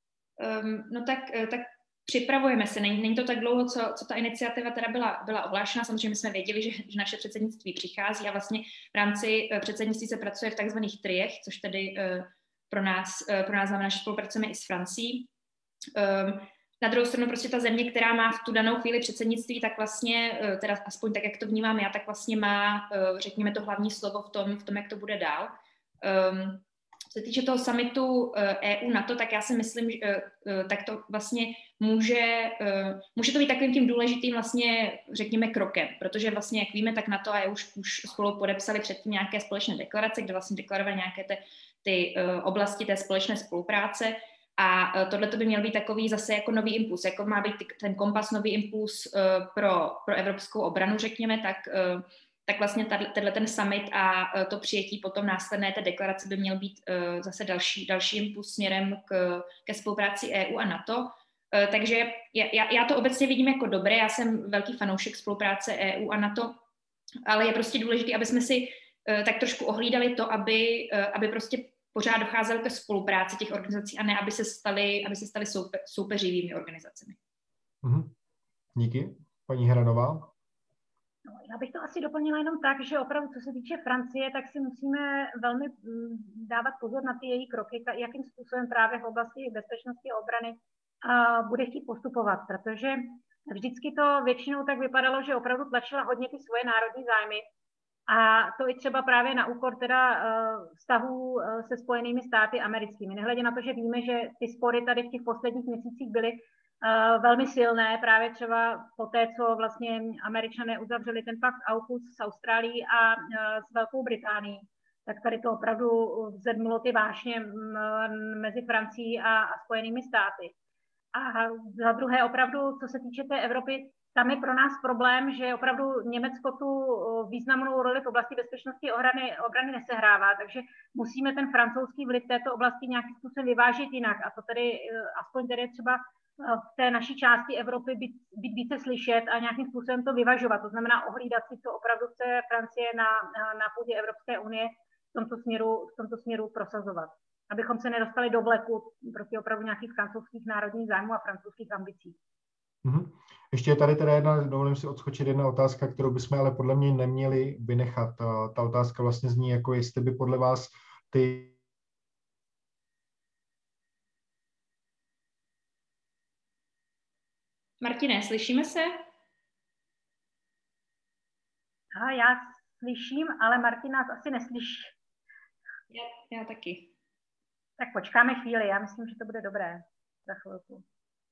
Um, no tak, tak připravujeme se. Není, není to tak dlouho, co, co ta iniciativa teda byla, byla ohlášena. Samozřejmě jsme věděli, že, že naše předsednictví přichází a vlastně v rámci předsednictví se pracuje v takzvaných triech, což tedy uh, pro nás, uh, pro nás znamená, že spolupracujeme i s Francií. Um, Na druhou stranu prostě ta země, která má v tu danou chvíli předsednictví, tak vlastně, teda aspoň tak, jak to vnímám já, tak vlastně má, řekněme, to hlavní slovo v tom, v tom jak to bude dál. Um, co se týče toho summitu E U NATO, tak já si myslím, že tak to vlastně může, může to být takovým tím důležitým vlastně, řekněme, krokem, protože vlastně, jak víme, tak NATO a E U už, už spolu podepsali předtím nějaké společné deklarace, kde vlastně deklarovali nějaké ty, ty oblasti té společné spolupráce. A tohle by měl být takový zase jako nový impuls, jako má být ten kompas nový impuls uh, pro, pro evropskou obranu, řekněme, tak, uh, tak vlastně tenhle ten summit a uh, to přijetí potom následné té deklarace by měl být uh, zase další, další impuls směrem k, ke spolupráci E U a NATO. Uh, takže já, já to obecně vidím jako dobré, já jsem velký fanoušek spolupráce E U a NATO, ale je prostě důležité, aby jsme si uh, tak trošku ohlídali to, aby, uh, aby prostě pořád docházelo ke spolupráci těch organizací a ne, aby se staly, aby se staly soupe, soupeřivými organizacemi. Mm-hmm. Díky. Paní Hranová? No, já bych to asi doplnila jenom tak, že opravdu, co se týče Francie, tak si musíme velmi dávat pozor na ty její kroky, jakým způsobem právě v oblasti bezpečnosti a obrany a bude chtít postupovat, protože vždycky to většinou tak vypadalo, že opravdu tlačila hodně ty svoje národní zájmy. A to i třeba právě na úkor teda vztahů se Spojenými státy americkými. Nehledě na to, že víme, že ty spory tady v těch posledních měsících byly velmi silné, právě třeba po té, co vlastně Američané uzavřeli ten pakt AUKUS s Austrálií a s Velkou Británií, tak tady to opravdu vzedmulo ty vášně mezi Francií a Spojenými státy. A za druhé opravdu, co se týče té Evropy, tam je pro nás problém, že opravdu Německo tu významnou roli v oblasti bezpečnosti a obrany, obrany nesehrává, takže musíme ten francouzský vliv této oblasti nějakým způsobem vyvážit jinak. A to tedy, aspoň tedy třeba v té naší části Evropy být, být více slyšet a nějakým způsobem to vyvažovat. To znamená ohlídat si, co opravdu chce Francie na, na půdě Evropské unie v tomto směru, v tomto směru prosazovat. Abychom se nedostali do vleku proti opravdu nějakých francouzských národních zájmů a francouzských ambicí. Mm-hmm. Ještě je tady teda jedna, dovolím si odskočit, jedna otázka, kterou bychom ale podle mě neměli vynechat. Ta, ta otázka vlastně zní, jako jestli by podle vás ty... Martine, slyšíme se? Aha, já slyším, ale Martin nás asi neslyší. Já, já taky. Tak počkáme chvíli, já myslím, že to bude dobré za chvilku.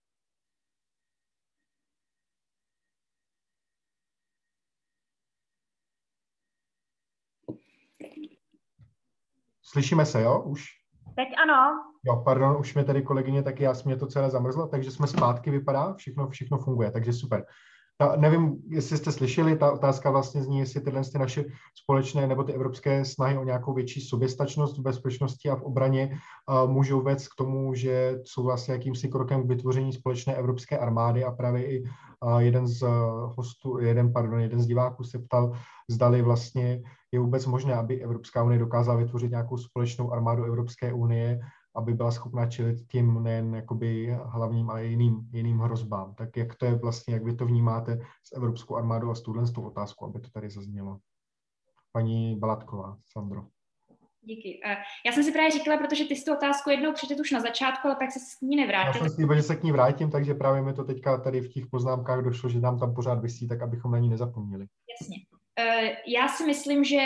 Slyšíme se, jo? Už? Teď ano. Jo, pardon, už mě tady kolegyně taky, já jsem mě to celé zamrzlo, takže jsme zpátky, vypadá, všechno, všechno funguje, takže super. Ta, nevím, jestli jste slyšeli, ta otázka vlastně zní, jestli tyhle ty naše společné nebo ty evropské snahy o nějakou větší soběstačnost v bezpečnosti a v obraně uh, můžou vést k tomu, že jsou vlastně jakýmsi krokem k vytvoření společné evropské armády a právě i uh, jeden z hostů, jeden, pardon, jeden z diváků se ptal, zdali vlastně je vůbec možné, aby Evropská unie dokázala vytvořit nějakou společnou armádu Evropské unie, aby byla schopná čelit tím nejen jakoby hlavním, ale jiným, jiným hrozbám. Tak jak to je vlastně, jak vy to vnímáte s Evropskou armádou a s touhle s tou otázkou, aby to tady zaznělo? Paní Balatková, Sandro. Díky. Já jsem si právě říkala, protože ty jsi tu otázku jednou přečetl už na začátku, ale pak se s ní nevrátil. Já jsem slíbil, že se k ní vrátím, takže právě mi to teďka tady v těch poznámkách došlo, že nám tam pořád visí, tak abychom na ní nezapomněli. Jasně. Já si myslím, že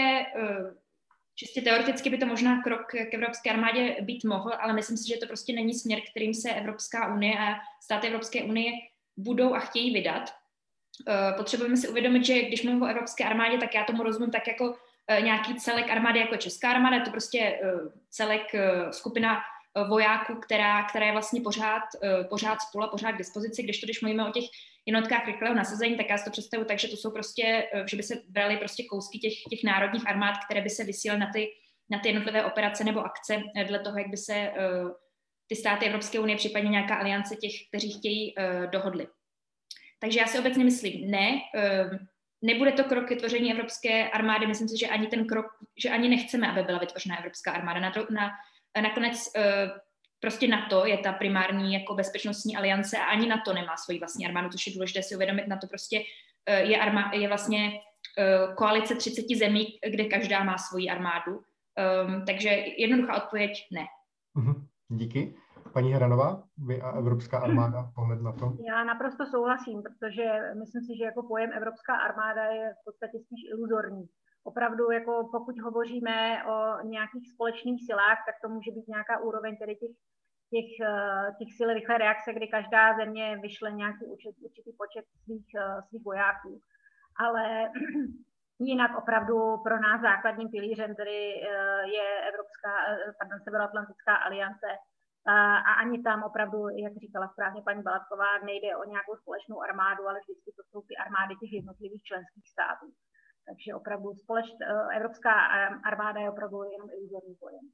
čistě teoreticky by to možná krok k evropské armádě být mohl, ale myslím si, že to prostě není směr, kterým se Evropská unie a státy Evropské unie budou a chtějí vydat. Potřebujeme si uvědomit, že když mluvím o evropské armádě, tak já tomu rozumím tak jako nějaký celek armády jako česká armáda, je to prostě celek skupina vojáků, která, která je vlastně pořád, pořád spolu a pořád k dispozici. Když to, když mluvíme o těch jednotkách rychlého nasazení, tak já si to představuji tak, že to jsou prostě, že by se brali prostě kousky těch, těch národních armád, které by se vysílaly na ty, na ty jednotlivé operace nebo akce dle toho, jak by se ty státy Evropské unie, případně nějaká aliance těch, kteří chtějí, dohodli. Takže já si obecně myslím, ne, nebude to krok k vytvoření evropské armády, myslím si, že ani ten krok, že ani nechceme, aby byla vytvořena evropská armáda. Na, na, nakonec prostě NATO je ta primární jako bezpečnostní aliance a ani NATO nemá svoji vlastní armádu, což je důležité si uvědomit. NATO prostě je, armá, je vlastně koalice třiceti zemí, kde každá má svoji armádu. Takže jednoduchá odpověď ne. Díky. Paní Heranová, vy a Evropská armáda, pohled na to? Já naprosto souhlasím, protože myslím si, že jako pojem Evropská armáda je v podstatě spíš iluzorní. Opravdu, jako pokud hovoříme o nějakých společných silách, tak to může být nějaká úroveň tedy těch, těch, těch sil rychlé reakce, kdy každá země vyšle nějaký určitý počet svých, svých vojáků. Ale jinak opravdu pro nás základním pilířem tedy je Evropská, pardon, Severoatlantická aliance. A ani tam opravdu, jak říkala správně paní Balatková, nejde o nějakou společnou armádu, ale vždycky to jsou ty armády těch jednotlivých členských států. Takže opravdu společ, Evropská armáda je opravdu jenom iluzorní pojem.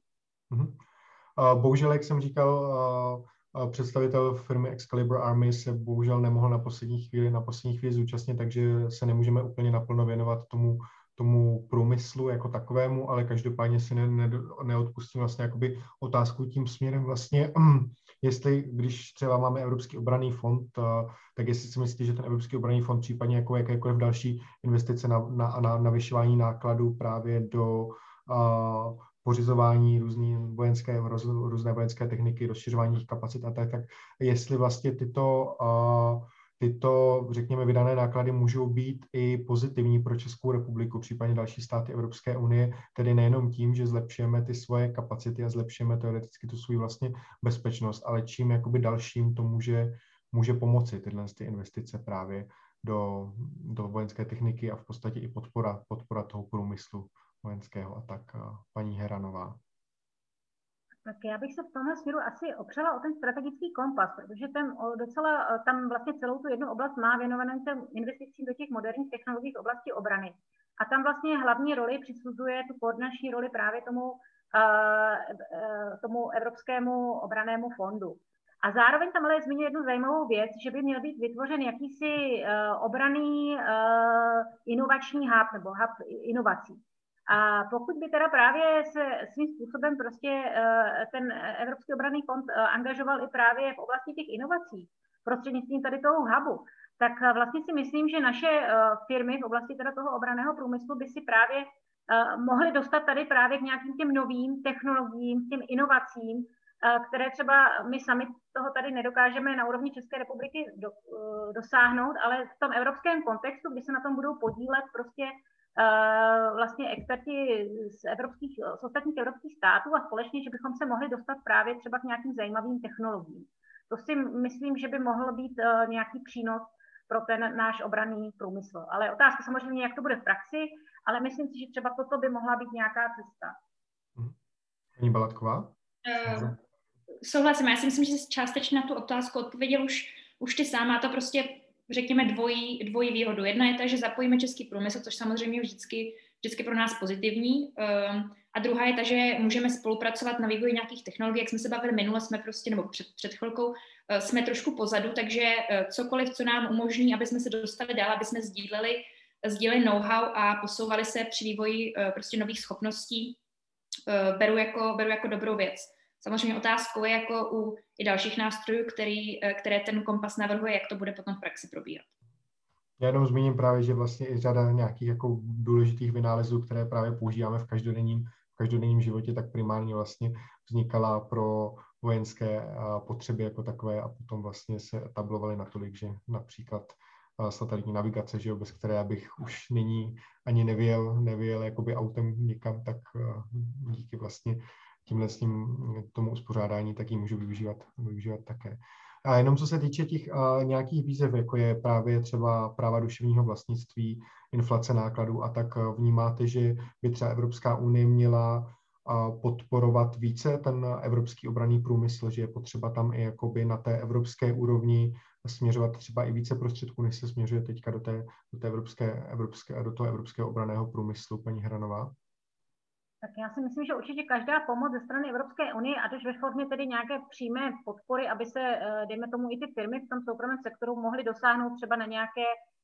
Bohužel, jak jsem říkal, představitel firmy Excalibur Army se bohužel nemohl na poslední chvíli, na poslední chvíli zúčastnit, takže se nemůžeme úplně naplno věnovat tomu, tomu průmyslu jako takovému, ale každopádně si ne, ne, neodpustím vlastně jakoby otázku tím směrem vlastně, jestli, když třeba máme Evropský obranný fond, tak jestli si myslíte, že ten Evropský obranný fond případně jako jakékoliv další investice na, na, na navyšování nákladů právě do uh, pořizování různý vojenské, roz, různé vojenské techniky, rozšiřování jejich kapacit a tak, tak jestli vlastně tyto uh, Tyto, řekněme, vydané náklady můžou být i pozitivní pro Českou republiku, případně další státy Evropské unie, tedy nejenom tím, že zlepšujeme ty svoje kapacity a zlepšujeme teoreticky tu svou vlastně bezpečnost, ale čím jakoby dalším to může, může pomoci tyhle ty investice právě do, do vojenské techniky a v podstatě i podpora, podpora toho průmyslu vojenského a tak. Paní Heranová. Tak já bych se v tomhle směru asi opřela o ten strategický kompas, protože ten docela, tam vlastně celou tu jednu oblast má věnovanou těm investicím do těch moderních technologií v oblasti obrany. A tam vlastně hlavní roli přisuzuje tu koordinační roli právě tomu, uh, tomu Evropskému obrannému fondu. A zároveň tam ale zmiňuje jednu zajímavou věc, že by měl být vytvořen jakýsi uh, obranný uh, inovační hub nebo hub inovací. A pokud by teda právě se svým způsobem prostě ten Evropský obranný fond angažoval i právě v oblasti těch inovací, prostřednictvím tady toho hubu, tak vlastně si myslím, že naše firmy v oblasti teda toho obranného průmyslu by si právě mohly dostat tady právě k nějakým těm novým technologiím, těm inovacím, které třeba my sami toho tady nedokážeme na úrovni České republiky do, dosáhnout, ale v tom evropském kontextu, kdy se na tom budou podílet prostě vlastně experti z, evropských, z ostatních evropských států a společně, že bychom se mohli dostat právě třeba k nějakým zajímavým technologiím. To si myslím, že by mohl být nějaký přínos pro ten náš obranný průmysl. Ale otázka samozřejmě, jak to bude v praxi, ale myslím si, že třeba toto by mohla být nějaká cesta. Paní Balatková? Uh, souhlasím, já si myslím, že jsi částečně na tu otázku odpověděl už, už ty sám, a to prostě řekněme dvojí, dvojí výhodu. Jedna je ta, že zapojíme český průmysl, což samozřejmě je vždycky, vždycky pro nás pozitivní. A druhá je ta, že můžeme spolupracovat na vývoji nějakých technologií. Jak jsme se bavili minule, jsme prostě, nebo před, před chvilkou, jsme trošku pozadu, takže cokoliv, co nám umožní, aby jsme se dostali dál, aby jsme sdíleli, sdíleli know-how a posouvali se při vývoji prostě nových schopností, beru jako, beru jako dobrou věc. Samozřejmě otázkou je jako u i dalších nástrojů, který, které ten kompas navrhuje, jak to bude potom v praxi probíhat. Já jenom zmíním právě, že vlastně i řada nějakých jako důležitých vynálezů, které právě používáme v každodenním, v každodenním životě, tak primárně vlastně vznikala pro vojenské potřeby jako takové a potom vlastně se etablovaly natolik, že například satelitní navigace, že jo, bez které bych už nyní ani nevyjel, nevyjel jakoby autem někam, tak díky vlastně tímhle s tím tomu uspořádání taky můžu využívat, využívat také. A jenom co se týče těch uh, nějakých výzev, jako je právě třeba práva duševního vlastnictví, inflace nákladů a tak vnímáte, že by třeba Evropská unie měla uh, podporovat více ten evropský obranný průmysl, že je potřeba tam i jakoby na té evropské úrovni směřovat třeba i více prostředků, než se směřuje teďka do, té, do, té evropské, evropské, do toho evropského obranného průmyslu, paní Hranová? Tak já si myslím, že určitě každá pomoc ze strany Evropské unie, ať už ve formě tedy nějaké přímé podpory, aby se, dejme tomu, i ty firmy v tom soukromém sektoru mohly dosáhnout třeba na nějaké,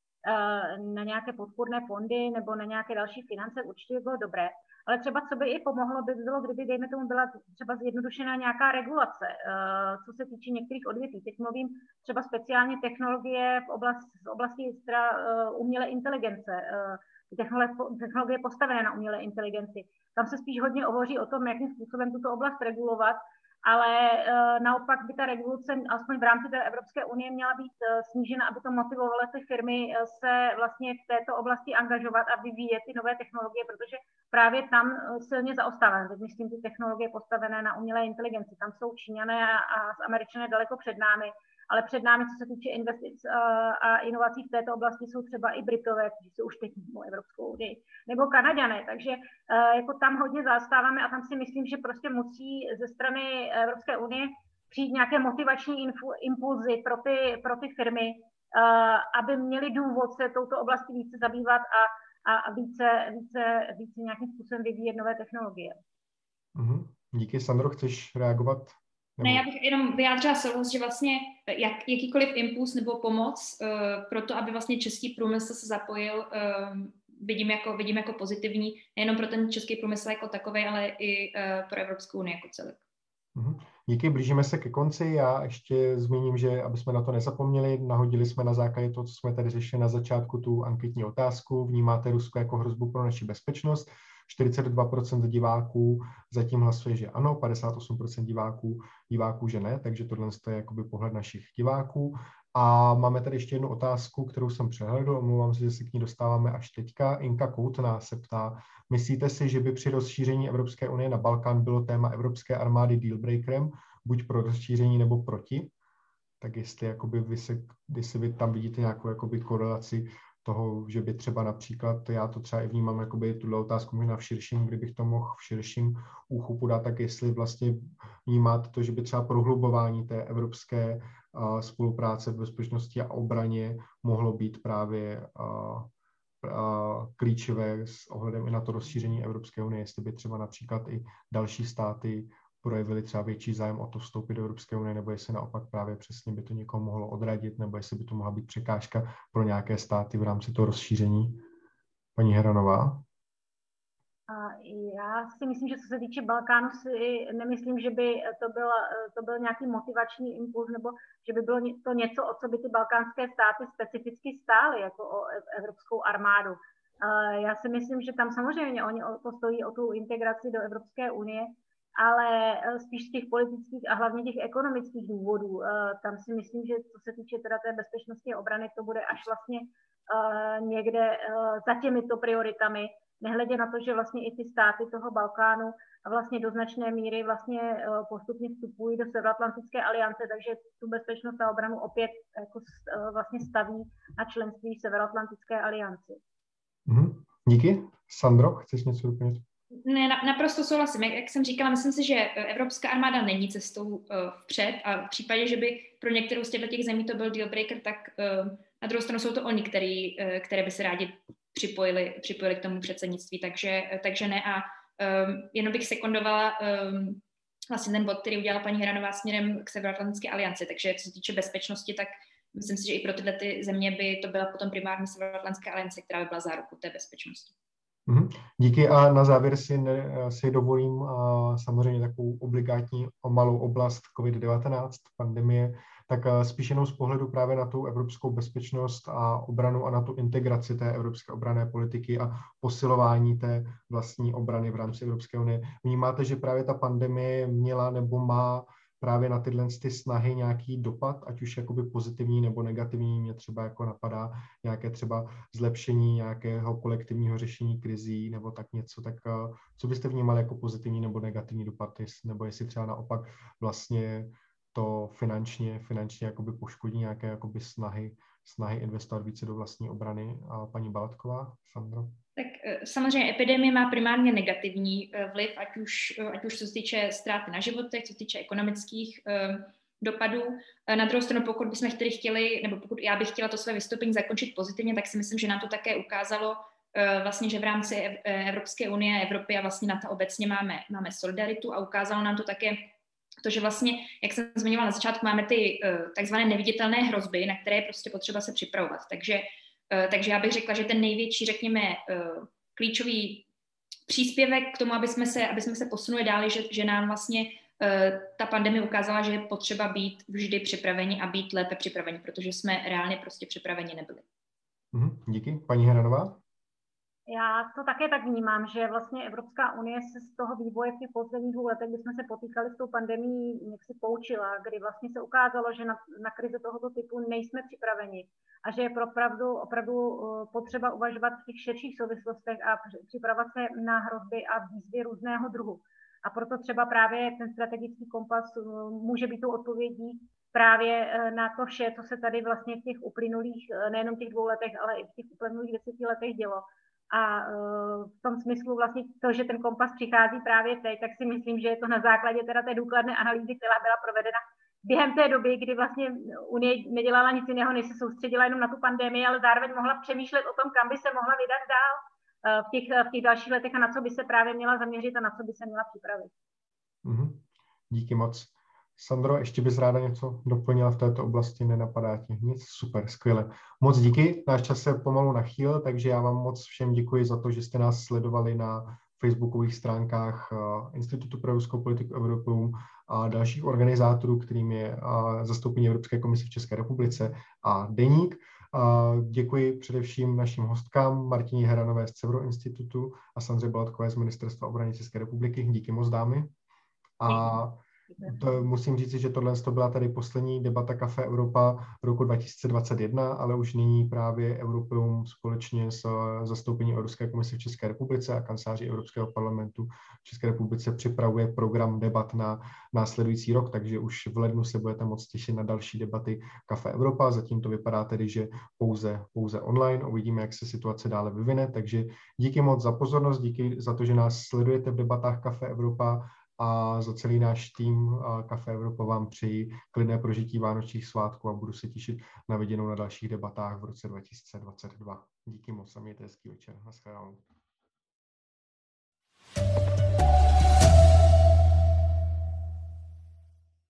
na nějaké podpůrné fondy nebo na nějaké další finance, určitě by bylo dobré. Ale třeba, co by i pomohlo, by bylo, kdyby, dejme tomu, byla třeba zjednodušená nějaká regulace, co se týče některých odvětví. Teď mluvím třeba speciálně technologie v oblasti, v oblasti umělé inteligence, technologie postavené na umělé inteligenci. Tam se spíš hodně hovoří o tom, jakým způsobem tuto oblast regulovat, ale e, naopak by ta regulace, aspoň v rámci té Evropské unie, měla být e, snížena, aby to motivovalo ty firmy e, se vlastně v této oblasti angažovat a vyvíjet ty nové technologie, protože právě tam e, silně zaostáváme. Teď myslím ty technologie postavené na umělé inteligenci. Tam jsou Číňané a, a Američané daleko před námi, ale před námi, co se týče investic a, a inovací v této oblasti, jsou třeba i Britové, kteří jsou už teď mimo Evropskou unii, nebo Kanaďané, takže uh, jako tam hodně zastáváme a tam si myslím, že prostě musí ze strany Evropské unie přijít nějaké motivační infu, impulzy pro ty, pro ty firmy, uh, aby měli důvod se touto oblastí více zabývat a, a, a více, více, více nějakým způsobem vyvíjet nové technologie. Mm-hmm. Díky, Sandro, chceš reagovat? Ne, já bych jenom vyjádřila souhlas, že vlastně jak, jakýkoliv impuls nebo pomoc uh, pro to, aby vlastně český průmysl se zapojil, uh, vidím, jako, vidím jako pozitivní, nejenom pro ten český průmysl jako takový, ale i uh, pro Evropskou unii jako celek. Díky, blížíme se ke konci. Já ještě zmíním, že aby jsme na to nezapomněli, nahodili jsme na základě toho, co jsme tady řešili na začátku, tu anketní otázku. Vnímáte Rusko jako hrozbu pro naši bezpečnost? čtyřicet dva procent diváků zatím hlasuje, že ano, padesát osm procent diváků, diváků, že ne, takže tohle je jakoby pohled našich diváků. A máme tady ještě jednu otázku, kterou jsem přehlédl, omlouvám se, že se k ní dostáváme až teďka. Inka Koutná se ptá, myslíte si, že by při rozšíření Evropské unie na Balkán bylo téma evropské armády dealbreakerem, buď pro rozšíření nebo proti? Tak jestli, jakoby vy, se, jestli vy tam vidíte nějakou jakoby korelaci toho, že by třeba například, já to třeba i vnímám, jakoby tuhle otázku možná v širším, kdybych to mohl v širším úchupu dát, tak jestli vlastně vnímáte to, že by třeba prohlubování té evropské uh, spolupráce v bezpečnosti a obraně mohlo být právě uh, uh, klíčové s ohledem i na to rozšíření Evropské unie, jestli by třeba například i další státy projevili třeba větší zájem o to vstoupit do Evropské unie, nebo jestli naopak právě přesně by to někoho mohlo odradit, nebo jestli by to mohla být překážka pro nějaké státy v rámci toho rozšíření. Paní Hranová? Já si myslím, že co se týče Balkánu, si nemyslím, že by to byl, to byl nějaký motivační impuls, nebo že by bylo to něco, o co by ty balkánské státy specificky stály, jako o evropskou armádu. Já si myslím, že tam samozřejmě oni postojí o tu integraci do Evropské unie, ale spíš z těch politických a hlavně těch ekonomických důvodů. Tam si myslím, že co se týče teda té bezpečnosti a obrany, to bude až vlastně někde za těmito prioritami, nehledě na to, že vlastně i ty státy toho Balkánu vlastně do značné míry vlastně postupně vstupují do Severoatlantické aliance, takže tu bezpečnost a obranu opět jako vlastně staví na členství Severoatlantické alianci. Mm-hmm. Díky. Sandro, chceš něco doplnit? Ne, naprosto souhlasím. Jak, jak jsem říkala, myslím si, že evropská armáda není cestou uh, vpřed a v případě, že by pro některou z těchto těch zemí to byl deal breaker, tak uh, na druhou stranu jsou to oni, který, uh, které by se rádi připojili, připojili k tomu předsednictví, takže, uh, takže ne. A um, jenom bych sekundovala um, vlastně ten bod, který udělala paní Hranová směrem k Severoatlantické alianci, takže co se týče bezpečnosti, tak myslím si, že i pro tyhle ty země by to byla potom primární Severoatlantická aliance, která by byla zárukou té bezpečnosti. Mm-hmm. Díky a na závěr si, ne, si dovolím uh, samozřejmě takovou obligátní malou oblast covid devatenáct, pandemie, tak uh, spíš jenom z pohledu právě na tu evropskou bezpečnost a obranu a na tu integraci té evropské obranné politiky a posilování té vlastní obrany v rámci Evropské unie. Vnímáte, že právě ta pandemie měla nebo má právě na tyhle ty snahy nějaký dopad, ať už jakoby pozitivní nebo negativní, mě třeba jako napadá nějaké třeba zlepšení nějakého kolektivního řešení krizí nebo tak něco, tak co byste vnímali jako pozitivní nebo negativní dopad, nebo jestli třeba naopak vlastně to finančně, finančně jakoby poškodí nějaké jakoby snahy, snahy investovat více do vlastní obrany. A paní Balatzková, Sandro? Tak samozřejmě epidemie má primárně negativní vliv, ať už, ať už co se týče ztráty na životech, co se týče ekonomických um, dopadů. Na druhou stranu, pokud bychom chtěli, chtěli, nebo pokud já bych chtěla to své vystoupení zakončit pozitivně, tak si myslím, že nám to také ukázalo, uh, vlastně, že v rámci Evropské unie, Evropy a vlastně na to obecně máme, máme solidaritu a ukázalo nám to také to, že vlastně, jak jsem zmiňovala na začátku, máme ty uh, takzvané neviditelné hrozby, na které je prostě potřeba se připravovat. Takže Uh, takže já bych řekla, že ten největší, řekněme, uh, klíčový příspěvek k tomu, aby jsme se, aby jsme se posunuli dál, že, že nám vlastně uh, ta pandemie ukázala, že je potřeba být vždy připraveni a být lépe připraveni, protože jsme reálně prostě připraveni nebyli. Mm-hmm, díky. Paní Heranová? Já to také tak vnímám, že vlastně Evropská unie se z toho vývoje v těch posledních dvou letech, kdy jsme se potýkali s tou pandemií, jak si poučila, kdy vlastně se ukázalo, že na, na krize tohoto typu nejsme připraveni a že je opravdu, opravdu potřeba uvažovat v těch širších souvislostech a připravovat se na hrozby a výzvy různého druhu. A proto třeba právě ten strategický kompas může být tou odpovědí právě na to vše, co se tady vlastně v těch uplynulých, nejenom těch dvou letech, ale i v těch uplynulých deseti letech dělo. A v tom smyslu vlastně to, že ten kompas přichází právě teď, tak si myslím, že je to na základě teda té důkladné analýzy, která byla provedena během té doby, kdy vlastně Unie nedělala nic jiného, než se soustředila jenom na tu pandemii, ale zároveň mohla přemýšlet o tom, kam by se mohla vydat dál v těch, v těch dalších letech a na co by se právě měla zaměřit a na co by se měla připravit. Mm-hmm. Díky moc. Sandro, ještě bys ráda něco doplnila v této oblasti, nenapadá ti nic? Super, skvěle. Moc díky, náš čas se pomalu nachýl, takže já vám moc všem děkuji za to, že jste nás sledovali na facebookových stránkách Institutu pro evropskou politiku Europeum a dalších organizátorů, kterým je zastoupení Evropské komise v České republice a Deník. Děkuji především našim hostkám Martině Heranové z Cevro institutu a Sandře Balatzkové z Ministerstva obrany České republiky. Díky moc, dámy. A to musím říct, že tohle byla tady poslední debata Café Evropa roku dva tisíce dvacet jedna, ale už nyní právě Europeum společně s zastoupením Evropské komise v České republice a kanceláří Evropského parlamentu v České republice připravuje program debat na následující rok, takže už v lednu se budete moct těšit na další debaty Café Evropa. Zatím to vypadá tedy, že pouze, pouze online. Uvidíme, jak se situace dále vyvine, takže díky moc za pozornost, díky za to, že nás sledujete v debatách Café Evropa. A za celý náš tým Café Evropa vám přeji klidné prožití vánočních svátků a budu se těšit na viděnou na dalších debatách v roce dva tisíce dvacet dva. Díky moc a mějte hezký večer. Naschledanou.